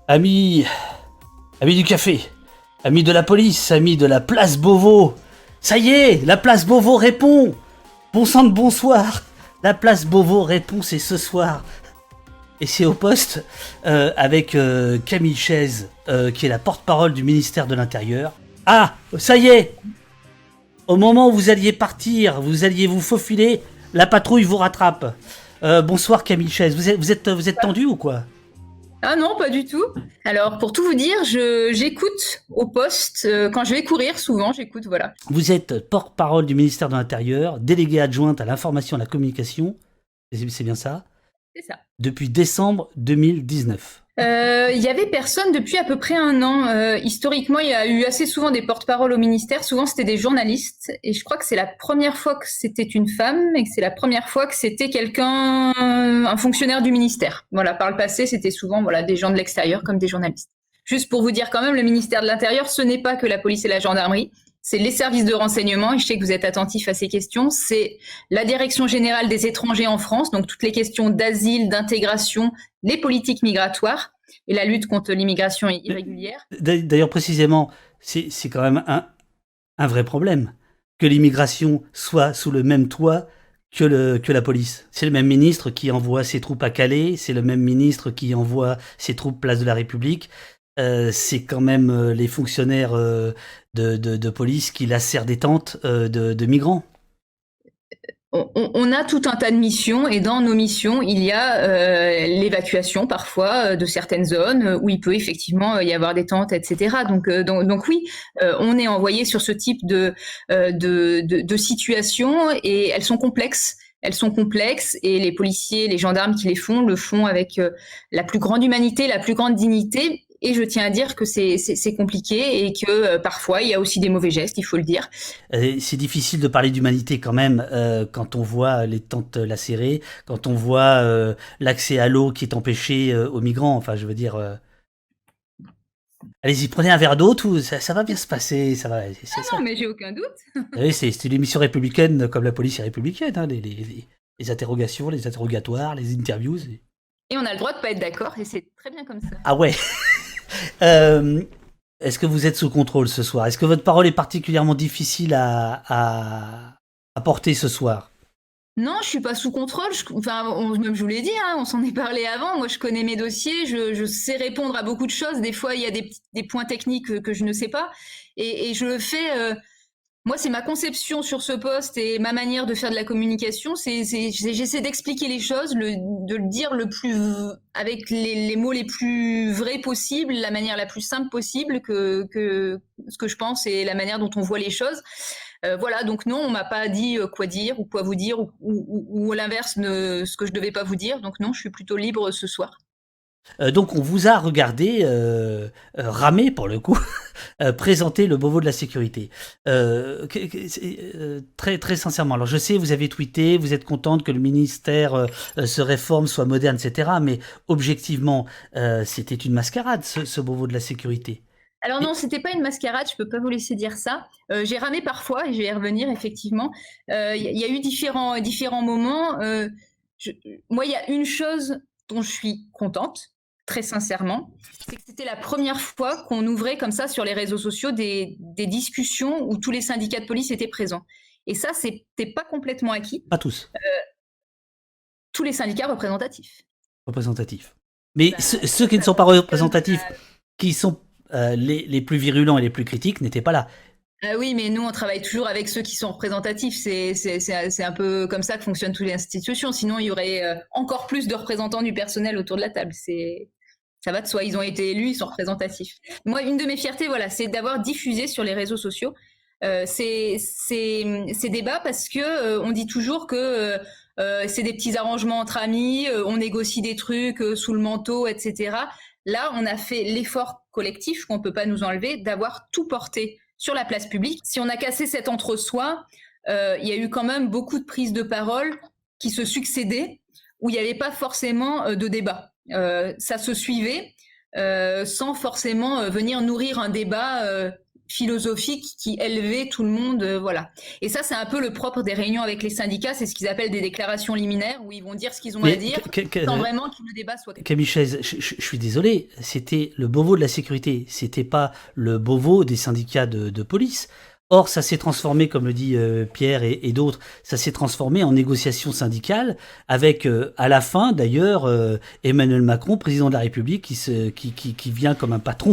Amis, amis du café, amis de la police, amis de la place Beauvau. Ça y est, la place Beauvau répond. Bon sang de bonsoir. La place Beauvau répond, c'est ce soir. Et c'est au poste avec Camille Chaise, qui est la porte-parole du ministère de l'Intérieur. Ah, ça y est. Au moment où vous alliez partir, vous alliez vous faufiler, la patrouille vous rattrape. Bonsoir Camille Chaise, vous êtes tendu ou quoi ? Ah non, pas du tout. Alors, pour tout vous dire, j'écoute au poste. Quand je vais courir, souvent, j'écoute, voilà. Vous êtes porte-parole du ministère de l'Intérieur, déléguée adjointe à l'information et à la communication. C'est bien ça ? C'est ça. Depuis décembre 2019. Il y avait personne depuis à peu près un an. Historiquement, il y a eu assez souvent des porte-paroles au ministère. Souvent, c'était des journalistes. Et je crois que c'est la première fois que c'était une femme et que c'est la première fois que c'était quelqu'un, un fonctionnaire du ministère. Voilà, par le passé, c'était souvent des gens de l'extérieur comme des journalistes. Juste pour vous dire quand même, le ministère de l'Intérieur, ce n'est pas que la police et la gendarmerie. C'est les services de renseignement, et je sais que vous êtes attentifs à ces questions, c'est la Direction générale des étrangers en France, donc toutes les questions d'asile, d'intégration, les politiques migratoires et la lutte contre l'immigration irrégulière. D'ailleurs, précisément, c'est quand même un vrai problème que l'immigration soit sous le même toit que la police. C'est le même ministre qui envoie ses troupes à Calais, c'est le même ministre qui envoie ses troupes place de la République. C'est quand même les fonctionnaires de police qui lacèrent des tentes de migrants. On a tout un tas de missions et dans nos missions, il y a l'évacuation parfois de certaines zones où il peut effectivement y avoir des tentes, etc. Donc oui, on est envoyé sur ce type de situations et elles sont complexes. Elles sont complexes et les policiers, les gendarmes qui les font, le font avec la plus grande humanité, la plus grande dignité. Et je tiens à dire que c'est compliqué et que parfois il y a aussi des mauvais gestes, il faut le dire. C'est difficile de parler d'humanité quand même quand on voit les tentes lacérées, quand on voit l'accès à l'eau qui est empêché aux migrants. Enfin, je veux dire, allez-y, prenez un verre d'eau, tout, ça va bien se passer. Ça va. Ça. Non, mais j'ai aucun doute. Oui, c'est une émission républicaine comme la police est républicaine. Hein, les interrogations, les interrogatoires, les interviews. Et on a le droit de pas être d'accord et c'est très bien comme ça. Ah ouais. Est-ce que vous êtes sous contrôle ce soir ? Est-ce que votre parole est particulièrement difficile à porter ce soir ? Non, je suis pas sous contrôle. Même je vous l'ai dit, hein, on s'en est parlé avant. Moi, je connais mes dossiers, je sais répondre à beaucoup de choses. Des fois, il y a des points techniques que je ne sais pas, et je le fais. Moi, c'est ma conception sur ce poste et ma manière de faire de la communication. J'essaie d'expliquer les choses, de le dire avec les mots les plus vrais possibles, la manière la plus simple possible que ce que je pense et la manière dont on voit les choses. Voilà, donc non, on m'a pas dit quoi dire ou quoi vous dire ou à l'inverse, ce que je devais pas vous dire. Donc non, je suis plutôt libre ce soir. Donc on vous a regardé ramer pour le coup, présenter le Beauvau de la sécurité. Très très sincèrement. Alors je sais, vous avez tweeté, vous êtes contente que le ministère se réforme, soit moderne, etc. Mais objectivement, c'était une mascarade ce Beauvau de la sécurité. Alors non, c'était pas une mascarade, je peux pas vous laisser dire ça. J'ai ramé parfois et je vais y revenir effectivement. Il y a eu différents moments. Moi, il y a une chose dont je suis contente, très sincèrement, c'est que c'était la première fois qu'on ouvrait comme ça sur les réseaux sociaux des discussions où tous les syndicats de police étaient présents. Et ça, c'était pas complètement acquis. Pas tous. Tous les syndicats représentatifs. Représentatifs. Mais ceux qui ne sont pas représentatifs, qui sont les plus virulents et les plus critiques, n'étaient pas là. Oui, mais nous, on travaille toujours avec ceux qui sont représentatifs. C'est un peu comme ça que fonctionnent toutes les institutions. Sinon, il y aurait encore plus de représentants du personnel autour de la table. Ça va de soi. Ils ont été élus, ils sont représentatifs. Moi, une de mes fiertés, voilà, c'est d'avoir diffusé sur les réseaux sociaux ces débats parce que on dit toujours que c'est des petits arrangements entre amis, on négocie des trucs sous le manteau, etc. Là, on a fait l'effort collectif qu'on peut pas nous enlever d'avoir tout porté sur la place publique. Si on a cassé cet entre-soi, il y a eu quand même beaucoup de prises de parole qui se succédaient, où il n'y avait pas forcément de débat. Ça se suivait sans forcément venir nourrir un débat philosophique qui élevait tout le monde, voilà. Et ça, c'est un peu le propre des réunions avec les syndicats, c'est ce qu'ils appellent des déclarations liminaires, où ils vont dire ce qu'ils ont à dire, sans vraiment que le débat soit... Camille Chaise, je suis désolé, c'était le Beauvau de la sécurité, c'était pas le Beauvau des syndicats de police. Or, ça s'est transformé, comme le dit Pierre et d'autres, ça s'est transformé en négociation syndicale avec, à la fin d'ailleurs, Emmanuel Macron, président de la République, qui vient comme un patron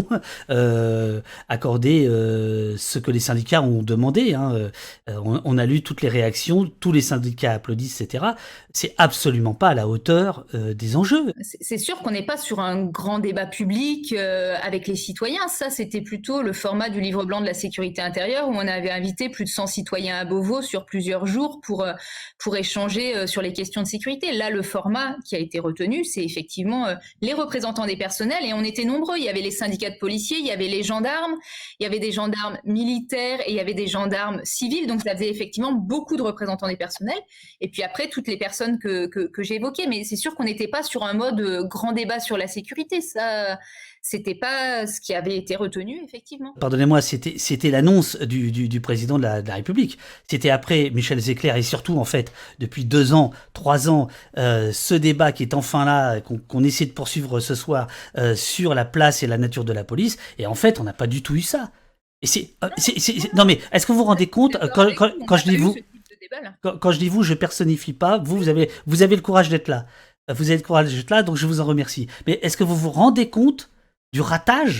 accorder ce que les syndicats ont demandé. Hein. On a lu toutes les réactions, tous les syndicats applaudissent, etc. C'est absolument pas à la hauteur des enjeux. C'est sûr qu'on n'est pas sur un grand débat public avec les citoyens. Ça, c'était plutôt le format du livre blanc de la sécurité intérieure, où on avait invité plus de 100 citoyens à Beauvau sur plusieurs jours pour échanger sur les questions de sécurité. Là, le format qui a été retenu, c'est effectivement les représentants des personnels, et on était nombreux. Il y avait les syndicats de policiers, il y avait les gendarmes, il y avait des gendarmes militaires et il y avait des gendarmes civils. Donc, ça faisait effectivement beaucoup de représentants des personnels. Et puis après, toutes les personnes que j'ai évoquées. Mais c'est sûr qu'on n'était pas sur un mode grand débat sur la sécurité. Ça... C'était pas ce qui avait été retenu, effectivement. Pardonnez-moi, c'était l'annonce du président de la République. C'était après Michel Zecler, et surtout, en fait, depuis 2 ans, 3 ans, ce débat qui est enfin là, qu'on essaie de poursuivre ce soir, sur la place et la nature de la police. Et en fait, on n'a pas du tout eu ça. Et non, mais est-ce que vous vous rendez compte, quand je dis vous, quand je dis vous, je personnifie pas. Vous avez le courage d'être là. Vous avez le courage d'être là, donc je vous en remercie. Mais est-ce que vous vous rendez compte du ratage?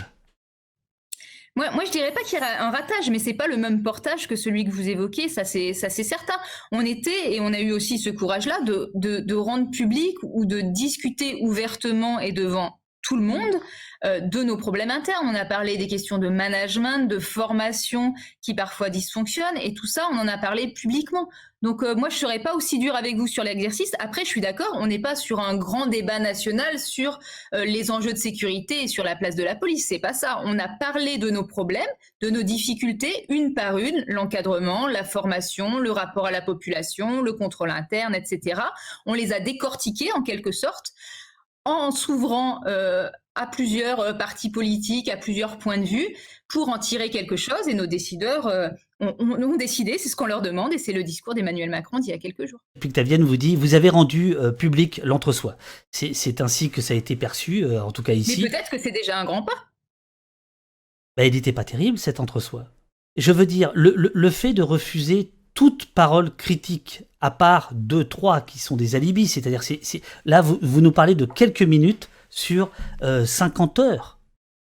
Moi, je dirais pas qu'il y a un ratage, mais c'est pas le même portage que celui que vous évoquez, ça c'est certain. On était, et on a eu aussi ce courage-là, de rendre public ou de discuter ouvertement et devant tout le monde de nos problèmes internes. On a parlé des questions de management, de formation qui parfois dysfonctionnent, et tout ça, on en a parlé publiquement. Donc moi, je serais pas aussi dure avec vous sur l'exercice. Après, je suis d'accord, on n'est pas sur un grand débat national sur les enjeux de sécurité et sur la place de la police. C'est pas ça. On a parlé de nos problèmes, de nos difficultés, une par une, l'encadrement, la formation, le rapport à la population, le contrôle interne, etc. On les a décortiqués en quelque sorte, en s'ouvrant à plusieurs partis politiques, à plusieurs points de vue, pour en tirer quelque chose. Et nos décideurs ont décidé, c'est ce qu'on leur demande, et c'est le discours d'Emmanuel Macron d'il y a quelques jours. Pictavienne vous dit, vous avez rendu public l'entre-soi. C'est ainsi que ça a été perçu, en tout cas ici. Mais peut-être que c'est déjà un grand pas. Ben, il n'était pas terrible, cet entre-soi. Je veux dire, le fait de refuser toute parole critique, à part 2-3 qui sont des alibis, c'est-à-dire, là, vous nous parlez de quelques minutes sur 50 heures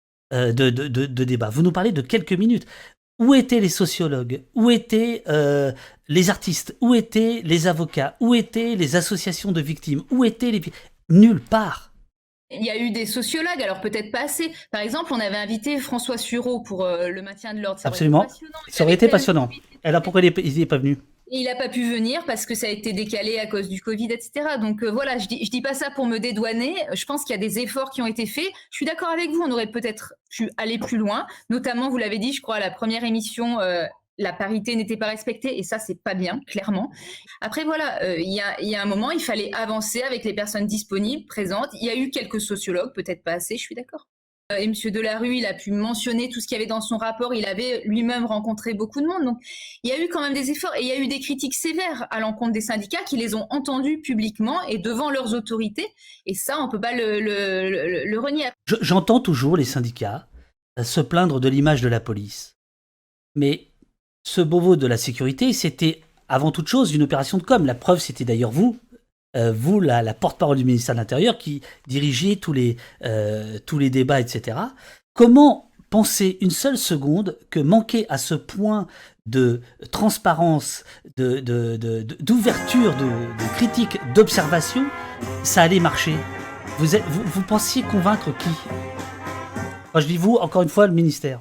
de débat. Vous nous parlez de quelques minutes. Où étaient les sociologues? Où étaient les artistes? Où étaient les avocats? Où étaient les associations de victimes? Où étaient les... Nulle part. Il y a eu des sociologues, alors peut-être pas assez. Par exemple, on avait invité François Sureau pour le maintien de l'ordre. Absolument. Ça aurait été passionnant. Alors pourquoi il n'est pas venu? Et il n'a pas pu venir parce que ça a été décalé à cause du Covid, etc. Donc voilà, je dis pas ça pour me dédouaner. Je pense qu'il y a des efforts qui ont été faits. Je suis d'accord avec vous, on aurait peut-être pu aller plus loin. Notamment, vous l'avez dit, je crois, à la première émission, la parité n'était pas respectée, et ça, c'est pas bien, clairement. Après, voilà, il y a un moment, il fallait avancer avec les personnes disponibles, présentes. Il y a eu quelques sociologues, peut-être pas assez, je suis d'accord. Et M. Delarue, il a pu mentionner tout ce qu'il y avait dans son rapport. Il avait lui-même rencontré beaucoup de monde. Donc, il y a eu quand même des efforts. Et il y a eu des critiques sévères à l'encontre des syndicats qui les ont entendus publiquement et devant leurs autorités. Et ça, on ne peut pas le renier. J'entends toujours les syndicats se plaindre de l'image de la police. Mais ce Beauvau de la sécurité, c'était avant toute chose une opération de com. La preuve, c'était d'ailleurs vous, la porte-parole du ministère de l'Intérieur, qui dirigeait tous les débats, etc. Comment penser une seule seconde que manquer à ce point de transparence, d'ouverture, de critique, d'observation, ça allait marcher? Vous pensiez convaincre qui? Quand je dis vous, encore une fois, le ministère.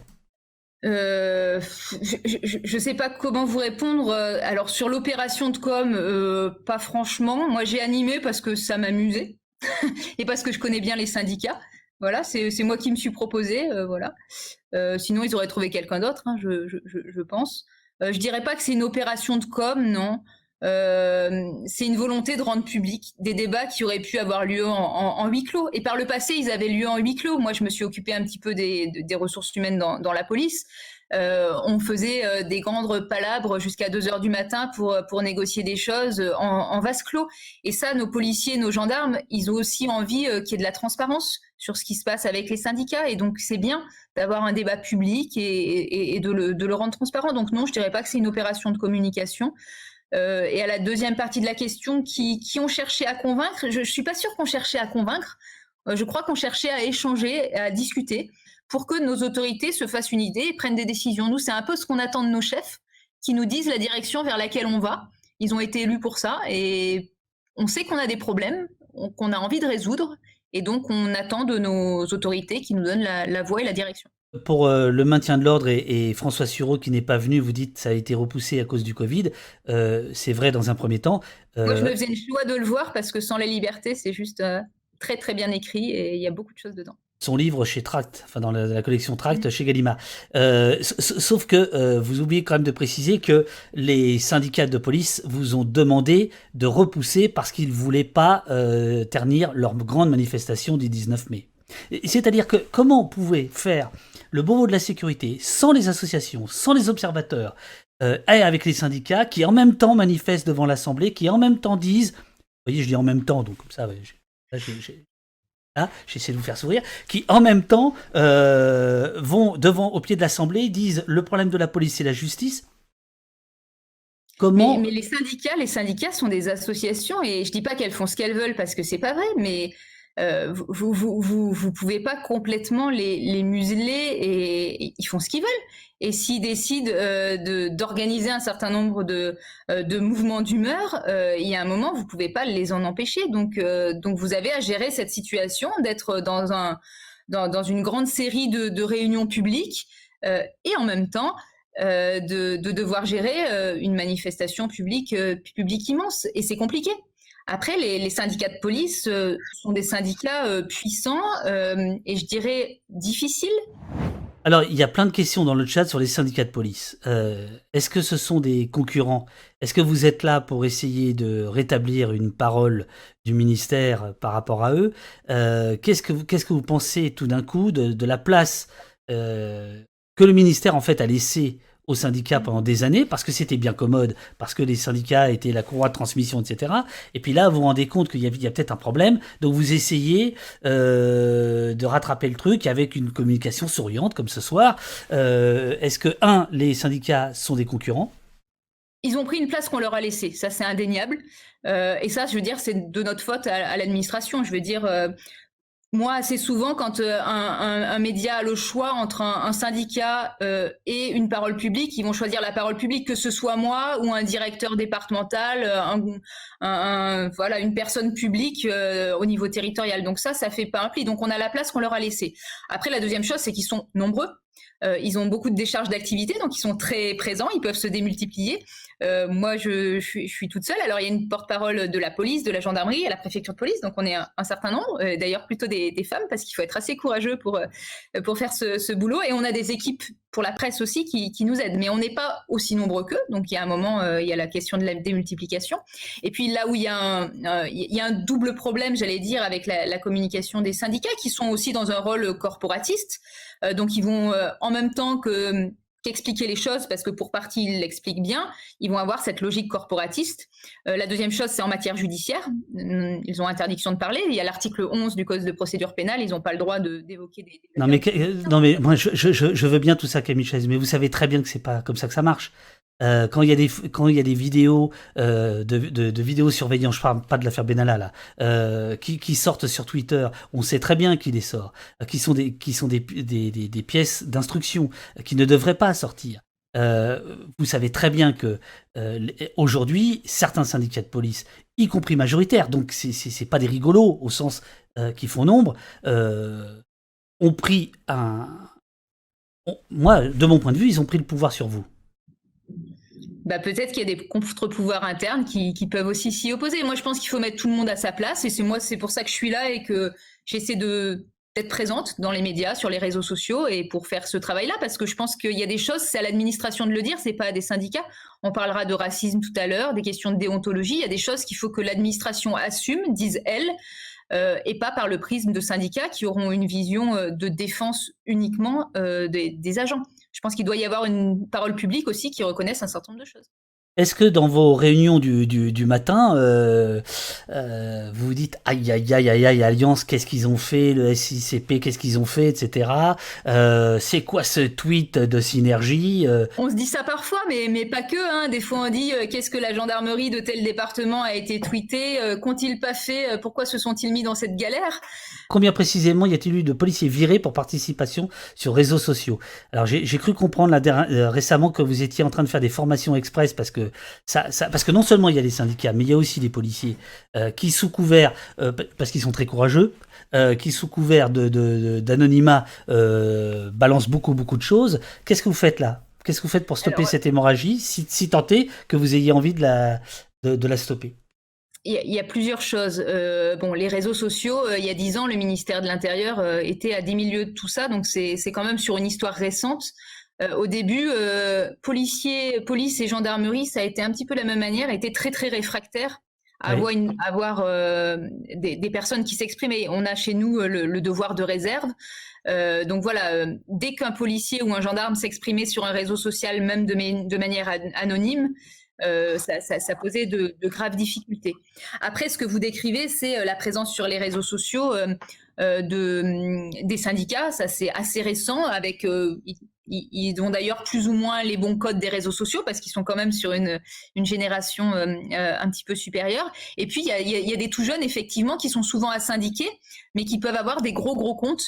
Je sais pas comment vous répondre. Alors sur l'opération de com, pas franchement. Moi j'ai animé parce que ça m'amusait et parce que je connais bien les syndicats. Voilà, c'est moi qui me suis proposé. Voilà. Sinon ils auraient trouvé quelqu'un d'autre, hein, je pense. Je dirais pas que c'est une opération de com, non. C'est une volonté de rendre public des débats qui auraient pu avoir lieu en huis clos. Et par le passé, ils avaient lieu en huis clos. Moi, je me suis occupée un petit peu des ressources humaines dans la police. on faisait des grandes palabres jusqu'à 2 heures du matin pour négocier des choses en vase clos. Et ça, nos policiers, nos gendarmes, ils ont aussi envie qu'il y ait de la transparence sur ce qui se passe avec les syndicats. Et donc, c'est bien d'avoir un débat public et de le rendre transparent. Donc non, je dirais pas que c'est une opération de communication. Et à la deuxième partie de la question, qui ont cherché à convaincre, je suis pas sûre qu'on cherchait à convaincre. Je crois qu'on cherchait à échanger, à discuter, pour que nos autorités se fassent une idée et prennent des décisions. Nous, c'est un peu ce qu'on attend de nos chefs, qui nous disent la direction vers laquelle on va. Ils ont été élus pour ça et on sait qu'on a des problèmes, qu'on a envie de résoudre, et donc on attend de nos autorités qui nous donnent la voie et la direction. Pour le maintien de l'ordre et François Sureau qui n'est pas venu, vous dites que ça a été repoussé à cause du Covid. C'est vrai dans un premier temps. Moi, je me faisais une joie de le voir parce que Sans la liberté, c'est juste très très bien écrit et il y a beaucoup de choses dedans. Son livre chez Tract, enfin dans la collection Tract chez Gallimard. Sauf que vous oubliez quand même de préciser que les syndicats de police vous ont demandé de repousser parce qu'ils ne voulaient pas ternir leur grande manifestation du 19 mai. C'est-à-dire que comment on pouvait faire le Beauvau de la sécurité sans les associations, sans les observateurs, et avec les syndicats qui en même temps manifestent devant l'Assemblée, qui en même temps disent, vous voyez je dis en même temps, donc comme ça, j'essaie de vous faire sourire, qui en même temps vont au pied de l'Assemblée, disent le problème de la police c'est la justice. Comment... Mais les syndicats sont des associations et je dis pas qu'elles font ce qu'elles veulent parce que c'est pas vrai, mais vous pouvez pas complètement les museler et ils font ce qu'ils veulent. Et s'ils décident d'organiser un certain nombre de mouvements d'humeur, il y a un moment, vous pouvez pas les en empêcher. Donc vous avez à gérer cette situation d'être dans une grande série de réunions publiques et en même temps de devoir gérer une manifestation publique immense. Et c'est compliqué. Après, les syndicats de police sont des syndicats puissants et je dirais difficiles. Alors, il y a plein de questions dans le chat sur les syndicats de police. Est-ce que ce sont des concurrents? Est-ce que vous êtes là pour essayer de rétablir une parole du ministère par rapport à eux? Qu'est-ce que vous pensez tout d'un coup de la place que le ministère en fait a laissée aux syndicats pendant des années, parce que c'était bien commode, parce que les syndicats étaient la courroie de transmission, etc. Et puis là, vous vous rendez compte qu'il y a peut-être un problème, donc vous essayez de rattraper le truc avec une communication souriante, comme ce soir. Est-ce que, les syndicats sont des concurrents? Ils ont pris une place qu'on leur a laissée, ça c'est indéniable. Et ça, je veux dire, c'est de notre faute à l'administration. Je veux dire... Moi, assez souvent, quand un média a le choix entre un syndicat et une parole publique, ils vont choisir la parole publique, que ce soit moi ou un directeur départemental, voilà, une personne publique au niveau territorial. Donc ça fait pas un pli. Donc on a la place qu'on leur a laissée. Après, la deuxième chose, c'est qu'ils sont nombreux. Ils ont beaucoup de décharges d'activité, donc ils sont très présents, ils peuvent se démultiplier. Moi, je suis toute seule. Alors, il y a une porte-parole de la police, de la gendarmerie, à la préfecture de police, donc on est un certain nombre, d'ailleurs plutôt des femmes, parce qu'il faut être assez courageux pour faire ce boulot. Et on a des équipes pour la presse aussi qui nous aident, mais on n'est pas aussi nombreux qu'eux. Donc, il y a un moment, il y a la question de la démultiplication. Et puis là où il y a un double problème, j'allais dire, avec la communication des syndicats, qui sont aussi dans un rôle corporatiste. Donc, ils vont, en même temps qu'expliquer les choses, parce que pour partie, ils l'expliquent bien, ils vont avoir cette logique corporatiste. La deuxième chose, c'est en matière judiciaire. Ils ont interdiction de parler. Il y a l'article 11 du Code de procédure pénale. Ils n'ont pas le droit d'évoquer des... Non, mais moi, je veux bien tout ça, Camille Chaise, mais vous savez très bien que c'est pas comme ça que ça marche. Quand il y a des vidéos de vidéosurveillance, je parle pas de l'affaire Benalla là, qui sortent sur Twitter, on sait très bien qui les sort, qui sont des pièces d'instruction qui ne devraient pas sortir. Vous savez très bien que aujourd'hui, certains syndicats de police, y compris majoritaires, donc c'est pas des rigolos au sens qui font nombre, ont pris moi, de mon point de vue, ils ont pris le pouvoir sur vous. Bah, peut-être qu'il y a des contre-pouvoirs internes qui peuvent aussi s'y opposer. Moi, je pense qu'il faut mettre tout le monde à sa place. Et c'est pour ça que je suis là et que j'essaie d'être présente dans les médias, sur les réseaux sociaux et pour faire ce travail-là. Parce que je pense qu'il y a des choses, c'est à l'administration de le dire, c'est pas à des syndicats. On parlera de racisme tout à l'heure, des questions de déontologie. Il y a des choses qu'il faut que l'administration assume, dise elle, et pas par le prisme de syndicats qui auront une vision de défense uniquement des agents. Je pense qu'il doit y avoir une parole publique aussi qui reconnaisse un certain nombre de choses. Est-ce que dans vos réunions du matin, vous vous dites aïe aïe aïe aïe aïe Alliance, qu'est-ce qu'ils ont fait, le SICP, qu'est-ce qu'ils ont fait, etc. C'est quoi ce tweet de Synergie On se dit ça parfois, mais pas que. Hein. Des fois, on dit qu'est-ce que la gendarmerie de tel département a été tweetée, qu'ont-ils pas fait, pourquoi se sont-ils mis dans cette galère? Combien précisément y a-t-il eu de policiers virés pour participation sur réseaux sociaux? Alors j'ai cru comprendre récemment que vous étiez en train de faire des formations express parce que parce que non seulement il y a les syndicats, mais il y a aussi les policiers qui sous couvert, parce qu'ils sont très courageux, qui sous couvert d'anonymat balancent beaucoup de choses. Qu'est-ce que vous faites là? Qu'est-ce que vous faites pour stopper cette hémorragie, si tant est que vous ayez envie de la stopper? Il y a plusieurs choses. Les réseaux sociaux, il y a 10 ans, le ministère de l'Intérieur était à 10 000 lieues de tout ça, donc c'est quand même sur une histoire récente. Au début, police et gendarmerie, ça a été un petit peu la même manière, étaient très très réfractaires à avoir des personnes qui s'exprimaient. On a chez nous le devoir de réserve. Donc voilà, dès qu'un policier ou un gendarme s'exprimait sur un réseau social, même de manière anonyme, ça posait de graves difficultés. Après, ce que vous décrivez, c'est la présence sur les réseaux sociaux des syndicats. Ça, c'est assez récent. Ils ont d'ailleurs plus ou moins les bons codes des réseaux sociaux parce qu'ils sont quand même sur une génération un petit peu supérieure. Et puis, il y a des tout jeunes, effectivement, qui sont souvent asyndiqués, mais qui peuvent avoir des gros comptes.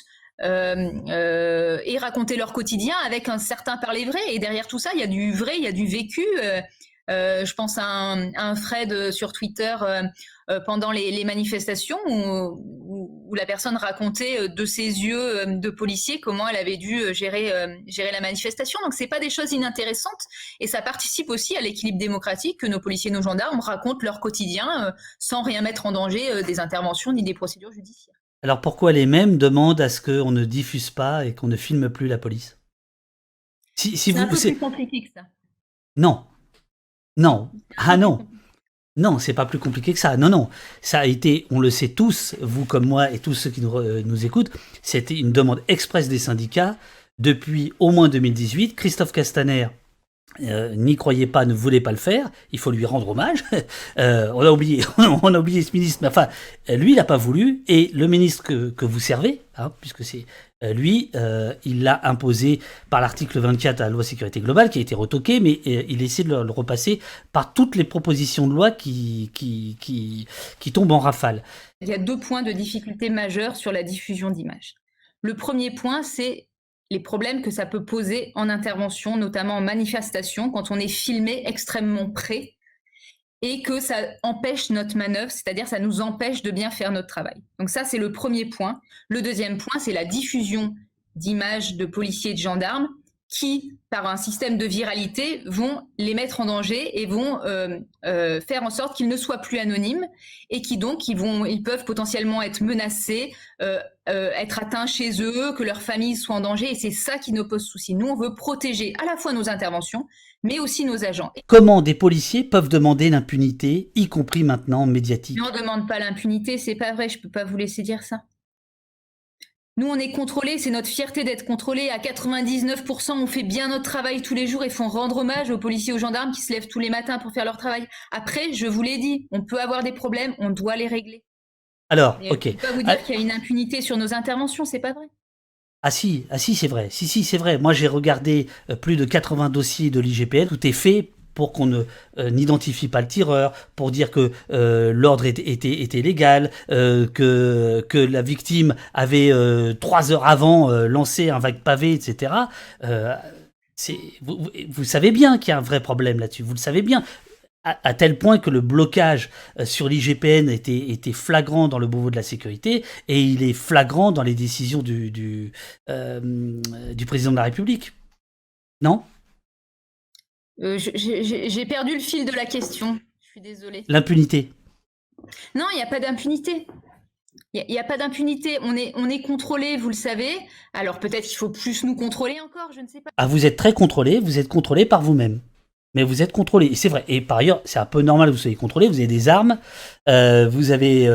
Et raconter leur quotidien avec un certain parler vrai. Et derrière tout ça, il y a du vrai, il y a du vécu. Je pense à un Fred sur Twitter pendant les manifestations où la personne racontait de ses yeux de policier comment elle avait dû gérer la manifestation. Donc c'est pas des choses inintéressantes et ça participe aussi à l'équilibre démocratique que nos policiers, nos gendarmes racontent leur quotidien sans rien mettre en danger des interventions ni des procédures judiciaires. Alors pourquoi les mêmes demandent à ce qu'on ne diffuse pas et qu'on ne filme plus la police? C'est un peu plus compliqué que ça. Non. Ah non. Non, c'est pas plus compliqué que ça. Non. Ça a été, on le sait tous, vous comme moi et tous ceux qui nous écoutent, c'était une demande expresse des syndicats depuis au moins 2018. Christophe Castaner n'y croyait pas, ne voulait pas le faire. Il faut lui rendre hommage. On a oublié ce ministre, mais enfin, lui, il n'a pas voulu. Et le ministre que vous servez, puisque c'est lui, il l'a imposé par l'article 24 à la loi sécurité globale, qui a été retoqué, mais il essaie de le repasser par toutes les propositions de loi qui tombent en rafale. Il y a 2 points de difficulté majeure sur la diffusion d'images. Le premier point, c'est les problèmes que ça peut poser en intervention, notamment en manifestation, quand on est filmé extrêmement près et que ça empêche notre manœuvre, c'est-à-dire ça nous empêche de bien faire notre travail. Donc ça, c'est le premier point. Le deuxième point, c'est la diffusion d'images de policiers et de gendarmes qui, par un système de viralité, vont les mettre en danger et vont faire en sorte qu'ils ne soient plus anonymes et qui donc ils peuvent potentiellement être menacés, être atteints chez eux, que leur famille soit en danger et c'est ça qui nous pose souci. Nous, on veut protéger à la fois nos interventions, mais aussi nos agents. Comment des policiers peuvent demander l'impunité, y compris maintenant médiatique? Non, on ne demande pas l'impunité, c'est pas vrai, je peux pas vous laisser dire ça. Nous, on est contrôlés, c'est notre fierté d'être contrôlés. À 99%, on fait bien notre travail tous les jours et faut rendre hommage aux policiers, aux gendarmes qui se lèvent tous les matins pour faire leur travail. Après, je vous l'ai dit, on peut avoir des problèmes, on doit les régler. Alors, et ok. Je ne peux pas vous dire qu'il y a une impunité sur nos interventions, c'est pas vrai. Ah si, c'est vrai. Si, c'est vrai. Moi, j'ai regardé plus de 80 dossiers de l'IGPN. Tout est fait pour qu'on n'identifie pas le tireur, pour dire que l'ordre était légal, que la victime avait 3 heures avant lancé un vague pavé, etc. Vous savez bien qu'il y a un vrai problème là-dessus. Vous le savez bien. À tel point que le blocage sur l'IGPN était flagrant dans le Beauvau de la sécurité et il est flagrant dans les décisions du président de la République. Non ? J'ai perdu le fil de la question. Je suis désolée. L'impunité. Non, il n'y a pas d'impunité. Il n'y a pas d'impunité. On est contrôlé, vous le savez. Alors peut-être qu'il faut plus nous contrôler encore, je ne sais pas. Ah, vous êtes très contrôlé. Vous êtes contrôlé par vous-même. Mais vous êtes contrôlé, et c'est vrai. Et par ailleurs, c'est un peu normal que vous soyez contrôlé. Vous avez des armes, vous avez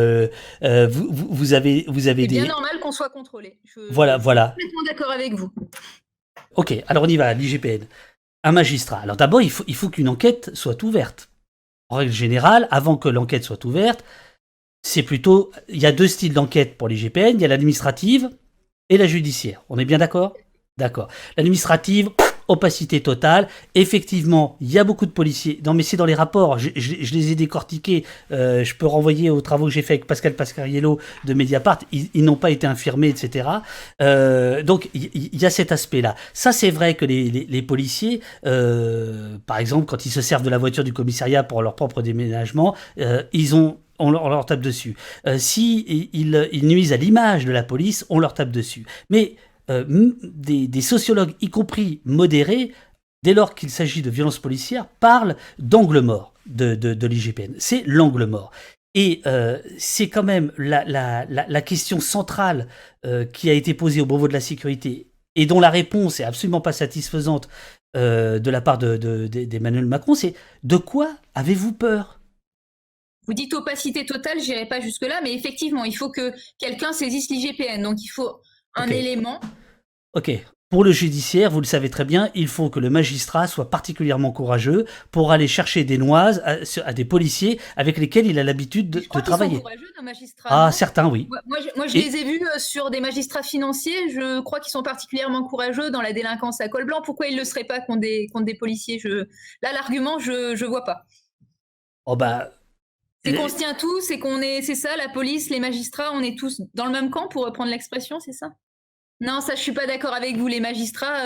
C'est des. bien normal qu'on soit contrôlé. Voilà. Je suis complètement d'accord avec vous. Ok, alors on y va, l'IGPN. Un magistrat. Alors d'abord, il faut qu'une enquête soit ouverte. En règle générale, avant que l'enquête soit ouverte, c'est plutôt... Il y a deux styles d'enquête pour l'IGPN. Il y a l'administrative et la judiciaire. On est bien d'accord? D'accord. L'administrative, opacité totale. Effectivement, il y a beaucoup de policiers. Non, mais c'est dans les rapports. Je les ai décortiqués. Je peux renvoyer aux travaux que j'ai fait avec Pascal Pascariello de Mediapart. Ils n'ont pas été infirmés, etc. Donc, il y a cet aspect-là. Ça, c'est vrai que les policiers, par exemple, quand ils se servent de la voiture du commissariat pour leur propre déménagement, on leur tape dessus. Si ils nuisent à l'image de la police, on leur tape dessus. Mais des sociologues, y compris modérés, dès lors qu'il s'agit de violences policières, parlent d'angle mort de l'IGPN. C'est l'angle mort. Et c'est quand même la question centrale qui a été posée au Beauvau de la sécurité et dont la réponse est absolument pas satisfaisante de la part d'Emmanuel Macron, c'est de quoi avez-vous peur? Vous dites opacité totale, j'irai pas jusque-là, mais effectivement, il faut que quelqu'un saisisse l'IGPN. Donc il faut un Ok. élément. Ok. Pour le judiciaire, vous le savez très bien, il faut que le magistrat soit particulièrement courageux pour aller chercher des noises à des policiers avec lesquels il a l'habitude Je crois de qu'ils sont travailler. courageux, nos magistrats, Ah, non? certains, oui. Moi, je Et les ai vus sur des magistrats financiers. Je crois qu'ils sont particulièrement courageux dans la délinquance à col blanc. Pourquoi ils ne le seraient pas contre des policiers? Là, l'argument, je vois pas. oh bah, C'est qu'on se tient tous, c'est ça, la police, les magistrats, on est tous dans le même camp, pour reprendre l'expression, c'est ça? Non, ça, je suis pas d'accord avec vous. Les magistrats,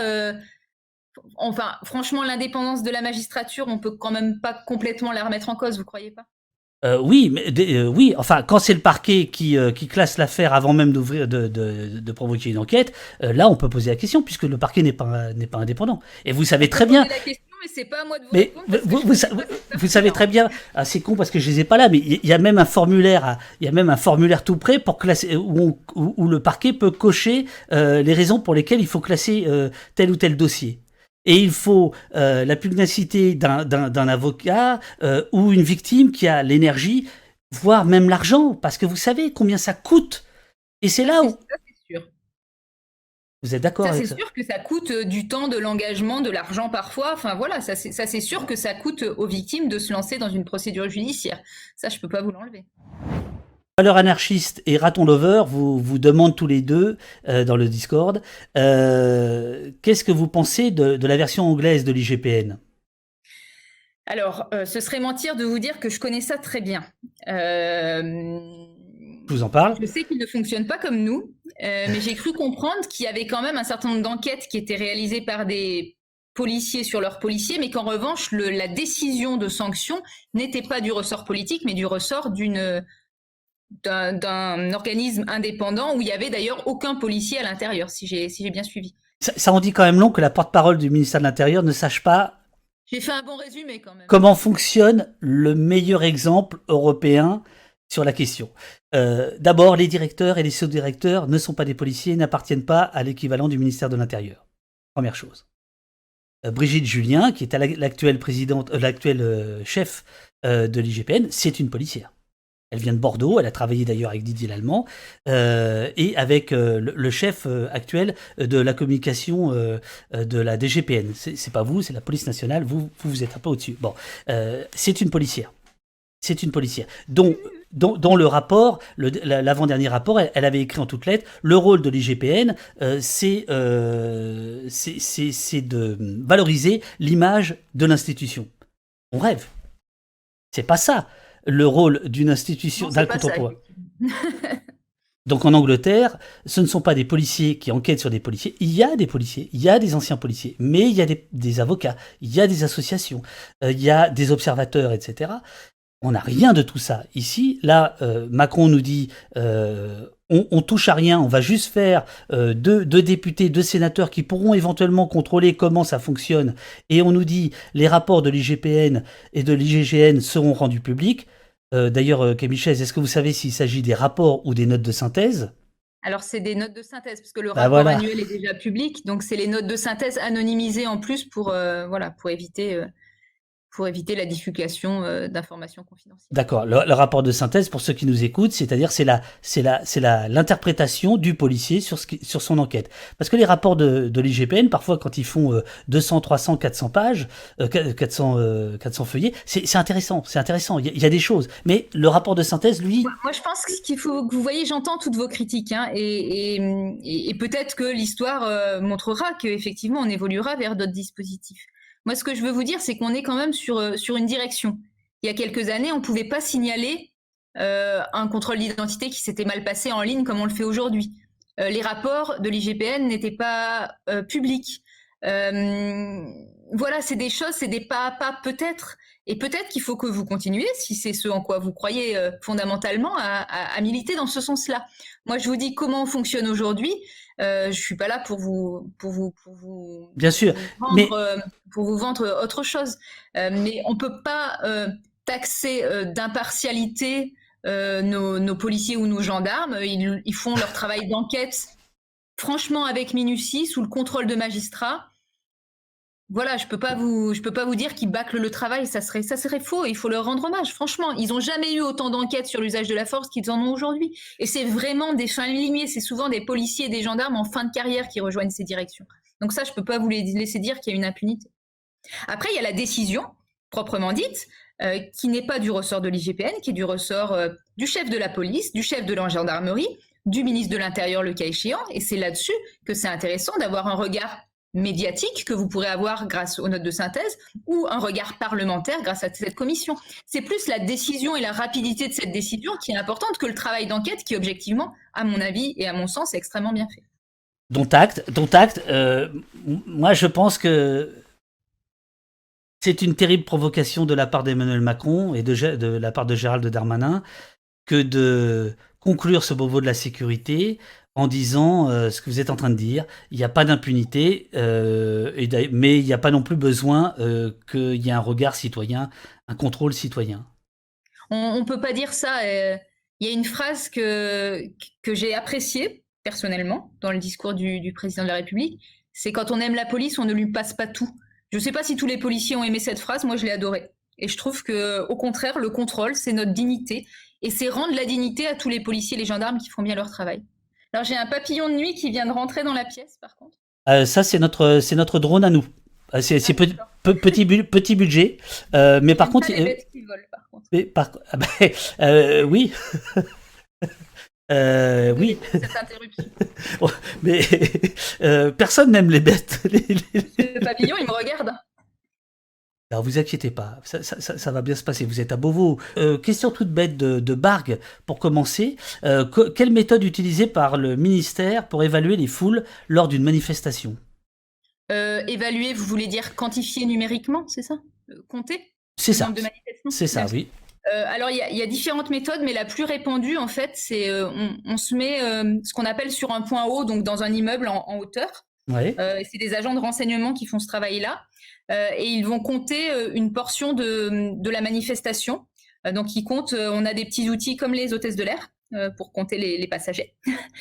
enfin, franchement, l'indépendance de la magistrature, on peut quand même pas complètement la remettre en cause, vous croyez pas? oui, mais oui. Enfin, quand c'est le parquet qui classe l'affaire avant même de provoquer une enquête, là, on peut poser la question puisque le parquet n'est pas indépendant. Et vous savez On peut très bien. poser la question, mais c'est pas à moi de vous Mais répondre parce que vous, je vous, sais pas si vous c'est savez très pertinent. bien, ah, c'est con parce que je les ai pas là, mais il y a même un formulaire, il y a même un formulaire tout prêt pour classer où le parquet peut cocher les raisons pour lesquelles il faut classer tel ou tel dossier. Et il faut la pugnacité d'un avocat ou une victime qui a l'énergie, voire même l'argent, parce que vous savez combien ça coûte. Et c'est là où Ça, c'est sûr. vous êtes d'accord Ça, avec c'est ça. sûr que ça coûte du temps, de l'engagement, de l'argent parfois. Enfin voilà, ça c'est sûr que ça coûte aux victimes de se lancer dans une procédure judiciaire. Ça, je peux pas vous l'enlever. Valeur anarchiste et Raton Lover vous demandent tous les deux dans le Discord qu'est-ce que vous pensez de la version anglaise de l'IGPN? Alors, ce serait mentir de vous dire que je connais ça très bien. Je vous en parle. Je sais qu'il ne fonctionne pas comme nous, mais j'ai cru comprendre qu'il y avait quand même un certain nombre d'enquêtes qui étaient réalisées par des policiers sur leurs policiers, mais qu'en revanche, la décision de sanction n'était pas du ressort politique, mais du ressort d'un organisme indépendant où il y avait d'ailleurs aucun policier à l'intérieur, si j'ai bien suivi. Ça en dit quand même long que la porte-parole du ministère de l'Intérieur ne sache pas J'ai fait un bon résumé quand même. comment fonctionne le meilleur exemple européen sur la question. D'abord, les directeurs et les sous-directeurs ne sont pas des policiers, n'appartiennent pas à l'équivalent du ministère de l'Intérieur. Première chose. Brigitte Julien, qui est l'actuelle présidente, l'actuelle chef de l'IGPN, c'est une policière. Elle vient de Bordeaux, elle a travaillé d'ailleurs avec Didier Lallemand et avec le chef actuel de la communication de la DGPN. C'est pas vous, c'est la police nationale, vous êtes un peu au-dessus. Bon, c'est une policière. C'est une policière. Dont dans le rapport, l'avant-dernier rapport, elle avait écrit en toutes lettres, le rôle de l'IGPN, c'est de valoriser l'image de l'institution. On rêve. C'est pas ça le rôle d'une institution Non, d'un c'est pas ça. contemporain. Donc en Angleterre, ce ne sont pas des policiers qui enquêtent sur des policiers. Il y a des policiers, il y a des anciens policiers, mais il y a des avocats, il y a des associations, il y a des observateurs, etc. On n'a rien de tout ça. Ici, là, Macron nous dit on touche à rien, on va juste faire deux députés, deux sénateurs qui pourront éventuellement contrôler comment ça fonctionne. Et on nous dit les rapports de l'IGPN et de l'IGGN seront rendus publics. D'ailleurs, Camille Chaise, est-ce que vous savez s'il s'agit des rapports ou des notes de synthèse? Alors, c'est des notes de synthèse, parce que le Bah rapport voilà. annuel est déjà public, donc c'est les notes de synthèse anonymisées en plus pour, voilà, pour éviter pour éviter la divulgation d'informations confidentielles. D'accord. Le rapport de synthèse, pour ceux qui nous écoutent, c'est-à-dire l'interprétation du policier sur son enquête. Parce que les rapports de l'IGPN, parfois quand ils font 200, 300, 400 pages, 400 feuillets, c'est intéressant. C'est intéressant. Il y a des choses. Mais le rapport de synthèse, lui. Moi, je pense qu'il faut que vous voyez, j'entends toutes vos critiques, hein, et peut-être que l'histoire montrera qu'effectivement on évoluera vers d'autres dispositifs. Moi, ce que je veux vous dire, c'est qu'on est quand même sur une direction. Il y a quelques années, on ne pouvait pas signaler un contrôle d'identité qui s'était mal passé en ligne comme on le fait aujourd'hui. Les rapports de l'IGPN n'étaient pas publics. Voilà, c'est des choses, c'est des pas à pas peut-être. Et peut-être qu'il faut que vous continuiez, si c'est ce en quoi vous croyez fondamentalement, à militer dans ce sens-là. Moi, je vous dis comment on fonctionne aujourd'hui. Je suis pas là pour vous Bien sûr, pour vous vendre autre chose. Mais on peut pas taxer d'impartialité nos policiers ou nos gendarmes. Ils font leur travail d'enquête, franchement, avec minutie, sous le contrôle de magistrats. Voilà, je peux pas vous dire qu'ils bâclent le travail, ça serait faux. Il faut leur rendre hommage. Franchement, ils ont jamais eu autant d'enquêtes sur l'usage de la force qu'ils en ont aujourd'hui. Et c'est vraiment des fins limiers. C'est souvent des policiers et des gendarmes en fin de carrière qui rejoignent ces directions. Donc ça, je peux pas vous laisser dire qu'il y a une impunité. Après, il y a la décision proprement dite, qui n'est pas du ressort de l'IGPN, qui est du ressort du chef de la police, du chef de la gendarmerie, du ministre de l'Intérieur, le cas échéant. Et c'est là-dessus que c'est intéressant d'avoir un regard médiatique que vous pourrez avoir grâce aux notes de synthèse ou un regard parlementaire grâce à cette commission. C'est plus la décision et la rapidité de cette décision qui est importante que le travail d'enquête qui, objectivement, à mon avis et à mon sens, est extrêmement bien fait. Dont acte. Moi, je pense que c'est une terrible provocation de la part d'Emmanuel Macron et de la part de Gérald Darmanin que de conclure ce Beauvau de la sécurité en disant ce que vous êtes en train de dire. Il n'y a pas d'impunité, mais il n'y a pas non plus besoin qu'il y ait un regard citoyen, un contrôle citoyen. On ne peut pas dire ça. Il y a une phrase que j'ai appréciée personnellement dans le discours du président de la République. C'est quand on aime la police, on ne lui passe pas tout. Je ne sais pas si tous les policiers ont aimé cette phrase. Moi, je l'ai adorée. Et je trouve qu'au contraire, le contrôle, c'est notre dignité. Et c'est rendre la dignité à tous les policiers et les gendarmes qui font bien leur travail. Alors, j'ai un papillon de nuit qui vient de rentrer dans la pièce, par contre. Ça, c'est notre drone à nous. C'est petit budget. Mais par contre... Les bêtes qui volent, par contre. Oui. Oui. Cette interruption. Mais personne n'aime les bêtes. Le papillon, il me regarde. Alors vous inquiétez pas, ça va bien se passer, vous êtes à Beauvau. Question toute bête de Bargue, pour commencer. Quelle méthode utilisée par le ministère pour évaluer les foules lors d'une manifestation ? Évaluer, vous voulez dire quantifier numériquement, c'est ça ? Compter ? C'est ça, c'est ça, oui. Alors, il y a différentes méthodes, mais la plus répandue, en fait, c'est on se met ce qu'on appelle sur un point haut, donc dans un immeuble en hauteur. Ouais. C'est des agents de renseignement qui font ce travail-là. Et ils vont compter une portion de la manifestation. Donc, ils comptent, on a des petits outils comme les hôtesses de l'air pour compter les passagers.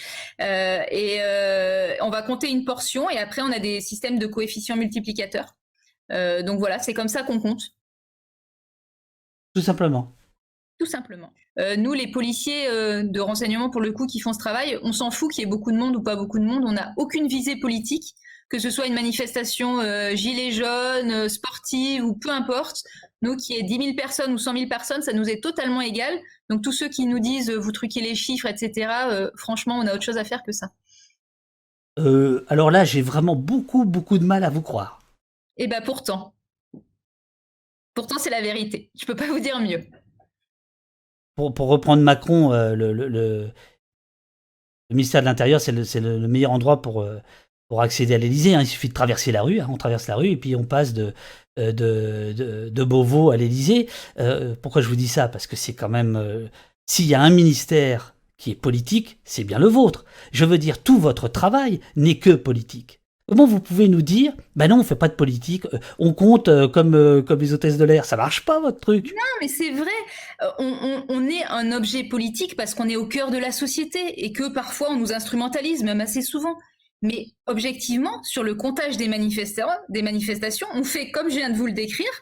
On va compter une portion et après, on a des systèmes de coefficients multiplicateurs. Donc voilà, c'est comme ça qu'on compte. Tout simplement. Tout simplement. Nous, les policiers de renseignement, pour le coup, qui font ce travail, on s'en fout qu'il y ait beaucoup de monde ou pas beaucoup de monde. On n'a aucune visée politique, que ce soit une manifestation gilets jaunes, sportive ou peu importe. Nous, qu'il y ait 10 000 personnes ou 100 000 personnes, ça nous est totalement égal. Donc tous ceux qui nous disent vous truquez les chiffres, etc., franchement, on a autre chose à faire que ça. Alors là, j'ai vraiment beaucoup de mal à vous croire. Eh ben pourtant, c'est la vérité. Je peux pas vous dire mieux. Pour reprendre Macron, le ministère de l'Intérieur, c'est le meilleur endroit pour accéder à l'Élysée. Hein. Il suffit de traverser la rue. Hein. On traverse la rue et puis on passe de Beauvau à l'Élysée. Pourquoi je vous dis ça ? Parce que c'est quand même... s'il y a un ministère qui est politique, c'est bien le vôtre. Je veux dire, tout votre travail n'est que politique. Comment vous pouvez nous dire « Ben non, on fait pas de politique, on compte comme les hôtesses de l'air ». Ça marche pas, votre truc. Non, mais c'est vrai. On est un objet politique parce qu'on est au cœur de la société et que parfois on nous instrumentalise, même assez souvent. Mais objectivement, sur le comptage des manifestations, on fait comme je viens de vous le décrire.